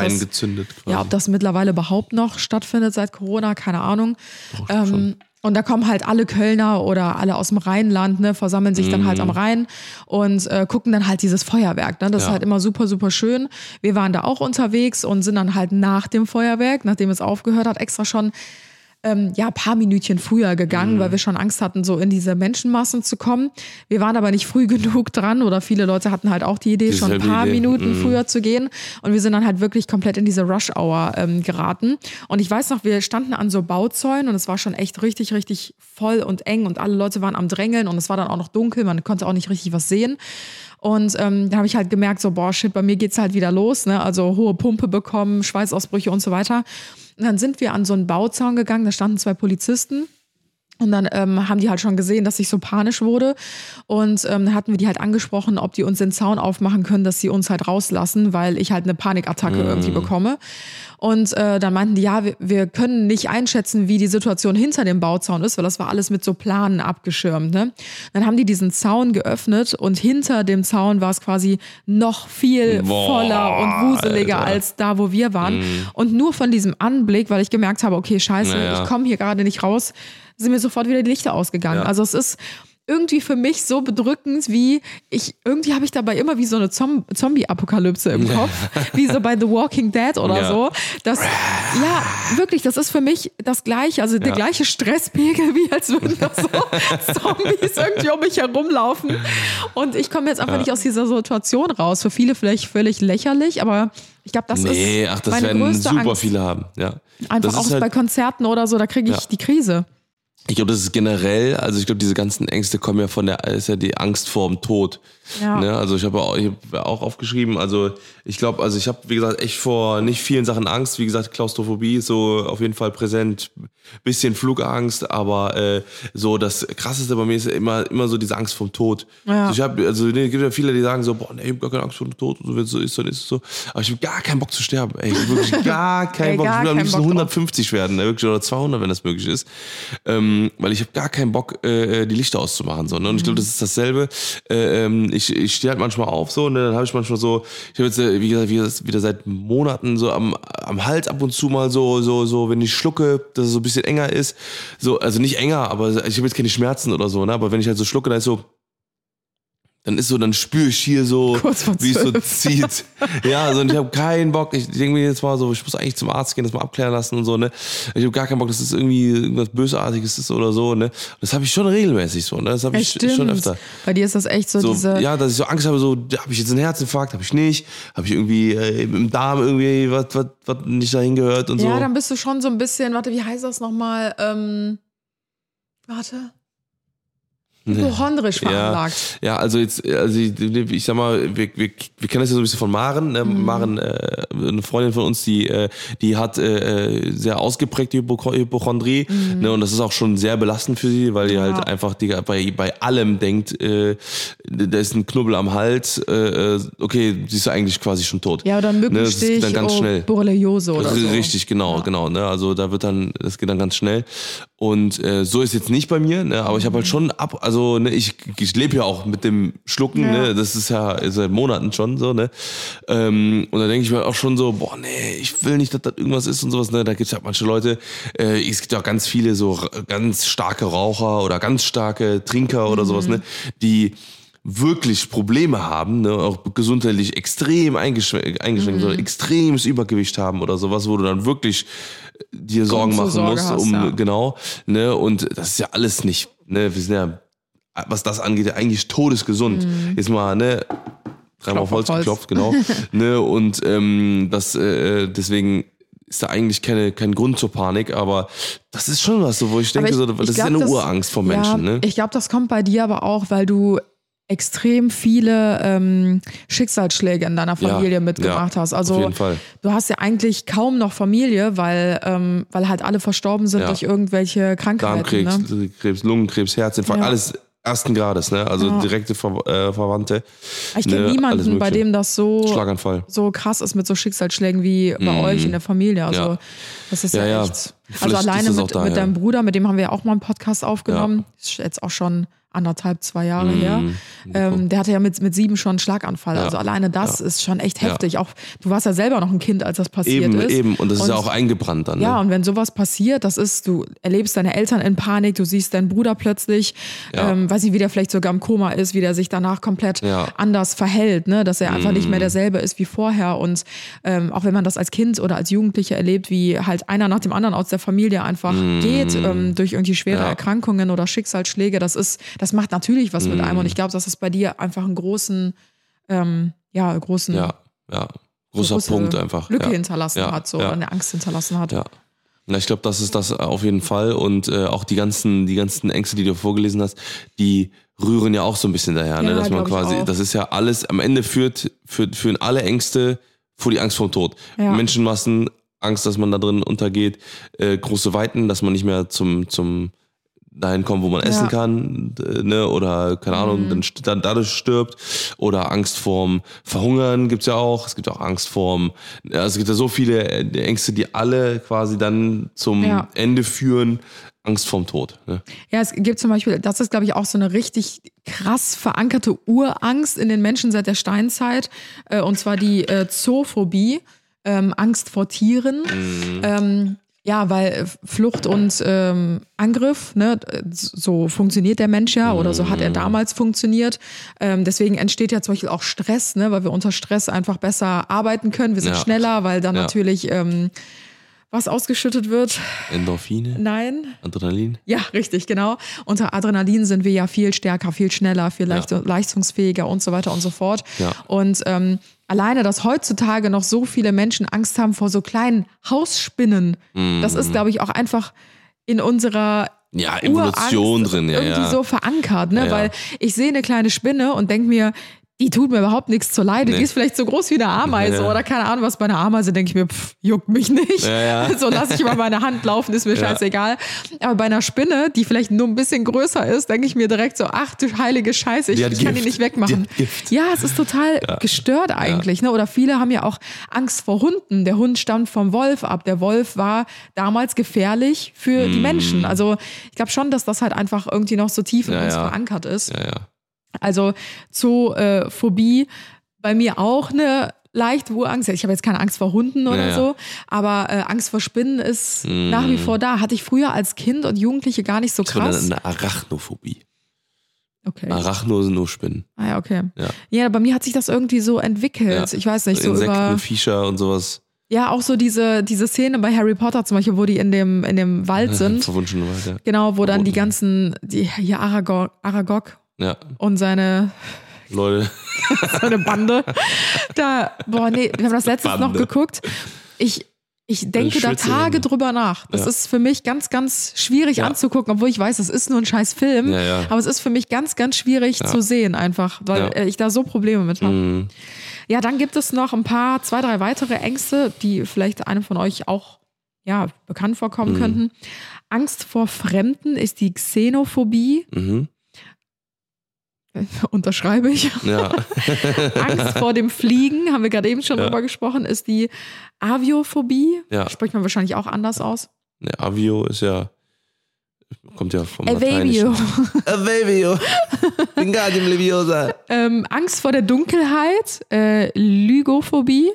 ob das mittlerweile überhaupt noch stattfindet seit Corona, keine Ahnung. Und da kommen halt alle Kölner oder alle aus dem Rheinland, ne, versammeln sich dann halt am Rhein und gucken dann halt dieses Feuerwerk. Ne? Das ist halt immer super, super schön. Wir waren da auch unterwegs und sind dann halt nach dem Feuerwerk, nachdem es aufgehört hat, extra schon ein paar Minütchen früher gegangen, weil wir schon Angst hatten, so in diese Menschenmassen zu kommen. Wir waren aber nicht früh genug dran oder viele Leute hatten halt auch die Idee, schon ein paar Minuten früher zu gehen. Und wir sind dann halt wirklich komplett in diese Rush-Hour geraten. Und ich weiß noch, wir standen an so Bauzäunen und es war schon echt richtig, richtig voll und eng und alle Leute waren am Drängeln und es war dann auch noch dunkel, man konnte auch nicht richtig was sehen. Und da habe ich halt gemerkt, so, boah, shit, bei mir geht's halt wieder los, ne? Also hohe Pumpe bekommen, Schweißausbrüche und so weiter. Und dann sind wir an so einen Bauzaun gegangen, da standen 2 Polizisten. Und dann haben die halt schon gesehen, dass ich so panisch wurde. Und dann hatten wir die halt angesprochen, ob die uns den Zaun aufmachen können, dass sie uns halt rauslassen, weil ich halt eine Panikattacke irgendwie bekomme. Und dann meinten die, ja, wir können nicht einschätzen, wie die Situation hinter dem Bauzaun ist, weil das war alles mit so Planen abgeschirmt. Ne? Dann haben die diesen Zaun geöffnet und hinter dem Zaun war es quasi noch viel voller und wuseliger als da, wo wir waren. Und nur von diesem Anblick, weil ich gemerkt habe, okay, scheiße, ich komme hier gerade nicht raus, sind mir sofort wieder die Lichter ausgegangen. Ja. Also es ist irgendwie für mich so bedrückend, irgendwie habe ich dabei immer wie so eine Zombie-Apokalypse im Kopf, wie so bei The Walking Dead oder so. Das, wirklich, das ist für mich das Gleiche, also der gleiche Stresspegel, wie als würden da so Zombies irgendwie um mich herumlaufen. Und ich komme jetzt einfach nicht aus dieser Situation raus. Für viele vielleicht völlig lächerlich, aber ich glaube, das ist das meine werden größte super Angst. Viele haben. Ja. Einfach das auch ist bei Konzerten oder so, da kriege ich die Krise. Ich glaube, das ist generell, also ich glaube, diese ganzen Ängste kommen ja ist ja die Angst vor dem Tod. Ja. Ne? Also ich habe auch aufgeschrieben, also ich glaube, ich habe, wie gesagt, echt vor nicht vielen Sachen Angst. Wie gesagt, Klaustrophobie ist so auf jeden Fall präsent, bisschen Flugangst, aber so das Krasseste bei mir ist immer so diese Angst vor dem Tod. Ja. Es gibt ja viele, die sagen so, boah, nee, ich habe gar keine Angst vor dem Tod, und wenn es so ist, dann ist es so. Aber ich habe gar keinen Bock zu sterben, ey, wirklich gar keinen Bock. Ich will am liebsten 150 werden, wirklich, oder 200, wenn das möglich ist. Weil ich habe gar keinen Bock, die Lichter auszumachen. So, ne? Und ich glaube, das ist dasselbe. Ich stehe halt manchmal auf, so, ne? Dann habe ich manchmal so, ich habe jetzt, wie gesagt, wieder seit Monaten so am Hals ab und zu mal so, wenn ich schlucke, dass es so ein bisschen enger ist. So, also nicht enger, aber ich habe jetzt keine Schmerzen oder so, ne? Aber wenn ich halt so schlucke, dann spüre ich hier so, wie es so zieht. Ja, also und ich habe keinen Bock. Ich denke mir jetzt mal so, ich muss eigentlich zum Arzt gehen, das mal abklären lassen und so, ne. Ich habe gar keinen Bock, dass es irgendwie irgendwas Bösartiges ist oder so, ne. Das habe ich schon regelmäßig so, ne. Das habe ich schon öfter. Bei dir ist das echt so diese... Ja, dass ich so Angst habe, so, habe ich jetzt einen Herzinfarkt, habe ich nicht. Habe ich irgendwie im Darm irgendwie was nicht dahin gehört und so. Ja, dann bist du schon so ein bisschen, wie heißt das nochmal? Hypochondrisch veranlagt. Ja, also ich sag mal, wir kennen das ja so ein bisschen von Maren. Ne? Maren, eine Freundin von uns, die hat sehr ausgeprägte Hypochondrie. Ne? Und das ist auch schon sehr belastend für sie, weil die halt einfach bei allem denkt, da ist ein Knubbel am Hals, okay, sie ist eigentlich quasi schon tot. Ja, oder ein Mückenstich, ne? Dann ganz schnell. Borreliose oder so. Richtig, genau. Ne? Also das geht dann ganz schnell. Und so ist jetzt nicht bei mir, ne? Aber ich habe halt schon ich lebe ja auch mit dem Schlucken, ne? Das ist ja seit Monaten schon so, ne? Und da denke ich mir auch schon so, boah, nee, ich will nicht, dass das irgendwas ist und sowas, ne? Da gibt es halt manche Leute, es gibt auch ganz viele so ganz starke Raucher oder ganz starke Trinker oder sowas, ne? Die wirklich Probleme haben, ne, auch gesundheitlich extrem eingeschränkt oder extremes Übergewicht haben oder sowas, wo du dann wirklich dir Sorgen machen musst, genau, ne, und das ist ja alles nicht, ne, wir sind ja, was das angeht, ja eigentlich todesgesund. Jetzt mal, ne, dreimal auf Holz geklopft, genau, ne, und deswegen ist da eigentlich kein Grund zur Panik, aber das ist schon was, so, wo ich denke, das ist ja eine Urangst vor Menschen, ne? Ich glaube, das kommt bei dir aber auch, weil du extrem viele Schicksalsschläge in deiner Familie mitgemacht hast. Also auf jeden Fall. Du hast ja eigentlich kaum noch Familie, weil halt alle verstorben sind durch irgendwelche Krankheiten. Darmkrebs, Lungenkrebs, Herzinfarkt, alles ersten Grades, ne? Also direkte Verwandte. Ich kenne niemanden, bei dem das so krass ist mit so Schicksalsschlägen wie bei euch in der Familie. Also das ist ja echt... Also alleine mit deinem Bruder, mit dem haben wir ja auch mal einen Podcast aufgenommen. Das ist jetzt auch schon 2 Jahre her. Der hatte ja mit 7 schon einen Schlaganfall. Also alleine das ist schon echt heftig. Auch du warst ja selber noch ein Kind, als das passiert ist. Eben. Und das ist ja auch eingebrannt dann. Ne? Ja, und wenn sowas passiert, du erlebst deine Eltern in Panik, du siehst deinen Bruder plötzlich, weiß nicht, wie der vielleicht sogar im Koma ist, wie der sich danach komplett anders verhält, ne? Dass er einfach nicht mehr derselbe ist wie vorher. Und auch wenn man das als Kind oder als Jugendliche erlebt, wie halt einer nach dem anderen aus der Familie einfach geht, durch irgendwie schwere Erkrankungen oder Schicksalsschläge, das macht natürlich was mit einem, und ich glaube, dass das bei dir einfach einen großer Punkt einfach. Lücke hinterlassen hat, so eine Angst hinterlassen hat. Ja. Na, ich glaube, das ist das auf jeden Fall, und auch die ganzen Ängste, die du vorgelesen hast, die rühren ja auch so ein bisschen daher, ne? Ja, Dass man glaub ich quasi, auch. das ist ja alles, am Ende führen alle Ängste vor die Angst vorm Tod. Ja. Menschenmassen, Angst, dass man da drin untergeht, große Weiten, dass man nicht mehr zum dahin kommt, wo man essen kann, ne, oder keine Ahnung, dann dadurch stirbt, oder Angst vorm Verhungern gibt's ja auch, es gibt auch Angst vorm, also es gibt ja so viele Ängste, die alle quasi dann zum Ende führen, Angst vorm Tod. Ne? Ja, es gibt zum Beispiel, das ist, glaube ich, auch so eine richtig krass verankerte Urangst in den Menschen seit der Steinzeit, und zwar die Zoophobie, Angst vor Tieren. Ja, weil Flucht und Angriff, ne, so funktioniert der Mensch ja, oder so hat er damals funktioniert. Deswegen entsteht ja zum Beispiel auch Stress, ne, weil wir unter Stress einfach besser arbeiten können. Wir sind schneller, weil dann natürlich was ausgeschüttet wird. Endorphine? Nein. Adrenalin? Ja, richtig, genau. Unter Adrenalin sind wir ja viel stärker, viel schneller, viel leistungsfähiger und so weiter und so fort. Ja. Und alleine, dass heutzutage noch so viele Menschen Angst haben vor so kleinen Hausspinnen, das ist, glaube ich, auch einfach in unserer Evolution Urangst drin, irgendwie so verankert, ne? Weil ich sehe eine kleine Spinne und denke mir, die tut mir überhaupt nichts zur Leide. Die ist vielleicht so groß wie eine Ameise oder keine Ahnung was. Bei einer Ameise denke ich mir, juckt mich nicht. So lasse ich immer meine Hand laufen, ist mir scheißegal. Aber bei einer Spinne, die vielleicht nur ein bisschen größer ist, denke ich mir direkt so, ach du heilige Scheiße, ich kann die nicht wegmachen. Ja, es ist total gestört eigentlich. Ne? Oder viele haben ja auch Angst vor Hunden. Der Hund stammt vom Wolf ab. Der Wolf war damals gefährlich für die Menschen. Also ich glaube schon, dass das halt einfach irgendwie noch so tief in uns verankert ist. Also Zoophobie, bei mir auch eine leichte Urangst. Ich habe jetzt keine Angst vor Hunden oder so, aber Angst vor Spinnen ist nach wie vor da. Hatte ich früher als Kind und Jugendliche gar nicht so krass. Das ist eine Arachnophobie. Okay. Arachno sind nur Spinnen. Ah ja, okay. Ja, bei mir hat sich das irgendwie so entwickelt. Ich weiß nicht, so Insekten, Viecher und sowas. Ja, auch so diese Szene bei Harry Potter zum Beispiel, wo die in dem Wald sind. Verwunschene Wald, ja. Genau, wo dann die ganzen, hier Aragog und seine Leute. seine Bande. Wir haben das letztens noch geguckt. Ich denke da Tage drüber nach. Das ist für mich ganz, ganz schwierig anzugucken, obwohl ich weiß, es ist nur ein scheiß Film. Aber es ist für mich ganz, ganz schwierig zu sehen einfach, weil ich da so Probleme mit habe. Ja, dann gibt es noch zwei, drei weitere Ängste, die vielleicht einem von euch auch bekannt vorkommen könnten. Angst vor Fremden ist die Xenophobie. Unterschreibe ich. Ja. Angst vor dem Fliegen, haben wir gerade eben schon drüber gesprochen, ist die Aviophobie. Ja. Spricht man wahrscheinlich auch anders aus. Ne, Avio ist kommt ja vom Lateinischen. Avio. Wingardium Leviosa. Angst vor der Dunkelheit, Lygophobie.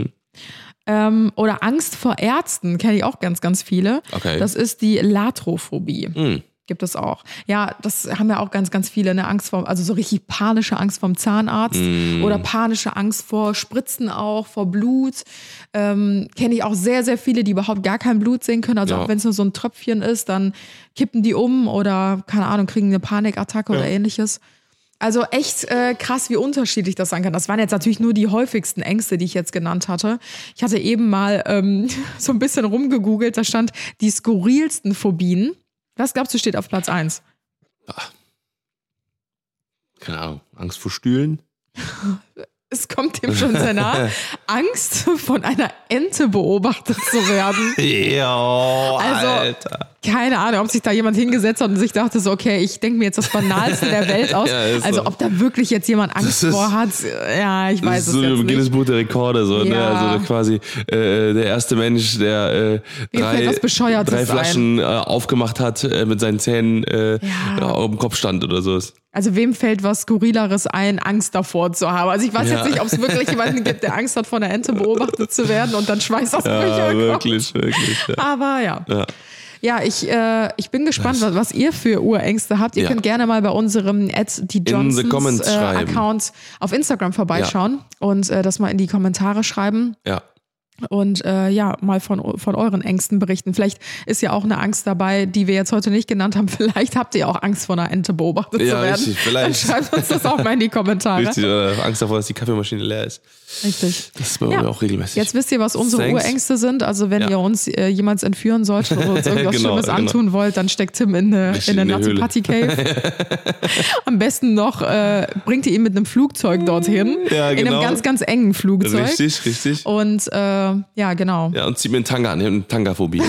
Oder Angst vor Ärzten, kenne ich auch ganz, ganz viele. Okay. Das ist die Latrophobie. Gibt es auch. Ja, das haben ja auch ganz, ganz viele, eine Angst vor, also so richtig panische Angst vom Zahnarzt oder panische Angst vor Spritzen auch, vor Blut. Kenne ich auch sehr, sehr viele, die überhaupt gar kein Blut sehen können. Also auch wenn es nur so ein Tröpfchen ist, dann kippen die um oder, keine Ahnung, kriegen eine Panikattacke oder ähnliches. Also echt krass, wie unterschiedlich das sein kann. Das waren jetzt natürlich nur die häufigsten Ängste, die ich jetzt genannt hatte. Ich hatte eben mal so ein bisschen rumgegoogelt, da stand die skurrilsten Phobien. Was glaubst du, steht auf Platz 1? Keine Ahnung. Angst vor Stühlen? Es kommt dem schon sehr nah. Angst, von einer Ente beobachtet zu werden. Alter. Keine Ahnung, ob sich da jemand hingesetzt hat und sich dachte so, okay, ich denke mir jetzt das Banalste der Welt aus. Also ob da wirklich jetzt jemand Angst vor hat, ich weiß es jetzt nicht. Das ist so im Guinness-Buch der Rekorde, so, ne? Also quasi der erste Mensch, der drei Flaschen aufgemacht hat, mit seinen Zähnen auf dem Kopf stand oder so. Also wem fällt was Skurrileres ein, Angst davor zu haben? Also ich weiß jetzt nicht, ob es wirklich jemanden gibt, der Angst hat, von der Ente beobachtet zu werden und dann Schweißausbrüche bekommt. Wirklich. Ja. Aber Ja, ich bin gespannt, was ihr für Urängste habt. Ihr könnt gerne mal bei unserem @djohnsons Account auf Instagram vorbeischauen und das mal in die Kommentare schreiben. Ja. und mal von euren Ängsten berichten. Vielleicht ist ja auch eine Angst dabei, die wir jetzt heute nicht genannt haben. Vielleicht habt ihr auch Angst vor einer Ente beobachtet zu werden. Ja, richtig, vielleicht. Dann schreibt uns das auch mal in die Kommentare. Richtig, oder Angst davor, dass die Kaffeemaschine leer ist. Richtig. Das ist bei mir auch regelmäßig. Jetzt wisst ihr, was unsere Urängste sind. Also wenn ihr uns jemals entführen solltet oder uns irgendwas Schlimmes antun wollt, dann steckt Tim in eine Natti-Patti-Cave. Am besten noch bringt ihr ihn mit einem Flugzeug dorthin. Ja, genau. In einem ganz, ganz engen Flugzeug. Richtig. Und ja, genau. Ja, und zieht mir einen Tanga an. Ich habe eine Tanga-Phobie.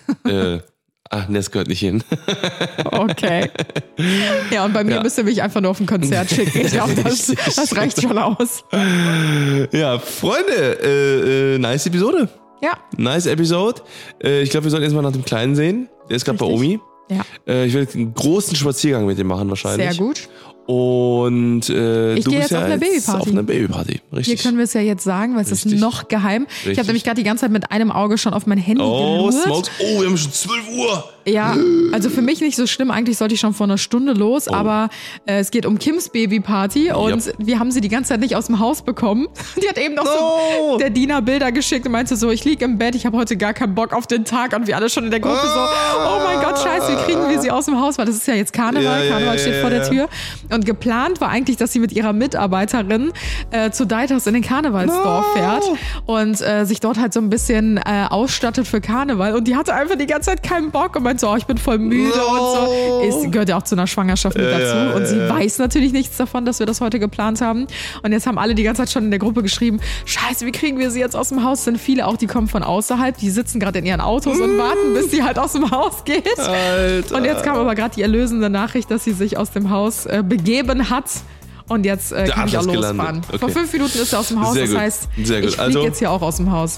Das gehört nicht hin. Okay. Ja, und bei mir müsst ihr mich einfach nur auf ein Konzert schicken. Ich glaube, das reicht schon aus. Ja, Freunde, nice Episode. Ja. Nice Episode. Ich glaube, wir sollten jetzt mal nach dem Kleinen sehen. Der ist gerade bei Omi. Ja. Ich werde einen großen Spaziergang mit dem machen wahrscheinlich. Sehr gut. Und ich gehe jetzt auf eine Babyparty. Auf eine Babyparty, richtig. Hier können wir es ja jetzt sagen, weil es ist noch geheim. Richtig. Ich habe nämlich gerade die ganze Zeit mit einem Auge schon auf mein Handy gelurrt. Smokes. Wir haben schon 12 Uhr. Ja, also für mich nicht so schlimm. Eigentlich sollte ich schon vor einer Stunde los, aber es geht um Kims Babyparty und wir haben sie die ganze Zeit nicht aus dem Haus bekommen. Die hat eben noch so der Dina Bilder geschickt und meinte so, ich liege im Bett, ich habe heute gar keinen Bock auf den Tag und wir alle schon in der Gruppe so, oh mein Gott, scheiße, wie kriegen wir sie aus dem Haus? Weil das ist ja jetzt Karneval, Karneval steht vor der Tür. Und geplant war eigentlich, dass sie mit ihrer Mitarbeiterin zu Deiters in den Karnevalsdorf fährt und sich dort halt so ein bisschen ausstattet für Karneval und die hatte einfach die ganze Zeit keinen Bock und meinte so, ich bin voll müde und so. Gehört ja auch zu einer Schwangerschaft mit dazu und sie weiß natürlich nichts davon, dass wir das heute geplant haben und jetzt haben alle die ganze Zeit schon in der Gruppe geschrieben, scheiße, wie kriegen wir sie jetzt aus dem Haus? Sind viele auch, die kommen von außerhalb, die sitzen gerade in ihren Autos und warten, bis sie halt aus dem Haus geht. Alter. Und jetzt kam aber gerade die erlösende Nachricht, dass sie sich aus dem Haus begeben hat. Und jetzt kann ich auch losfahren. Okay. Vor 5 Minuten ist er aus dem Haus, das heißt, ich fliege jetzt hier auch aus dem Haus.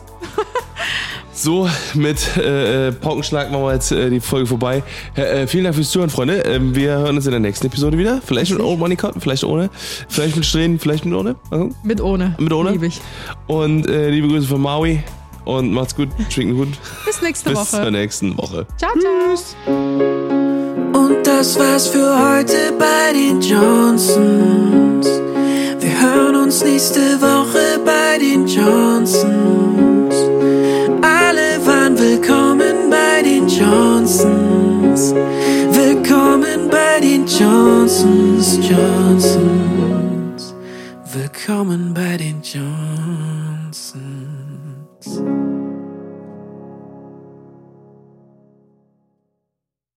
So, mit Paukenschlag machen wir jetzt die Folge vorbei. Vielen Dank fürs Zuhören, Freunde. Wir hören uns in der nächsten Episode wieder. Vielleicht mit Old Money Cotton, vielleicht ohne. Vielleicht mit Strähnen, vielleicht mit ohne. Also, mit ohne. Liebe ich. Und liebe Grüße von Maui. Und macht's gut, trinken gut. Bis nächste Woche. Bis zur nächsten Woche. Ciao, ciao. Und das war's für heute bei den Johnsons. Wir hören uns nächste Woche bei den Johnsons. Alle waren willkommen bei den Johnsons. Willkommen bei den Johnsons.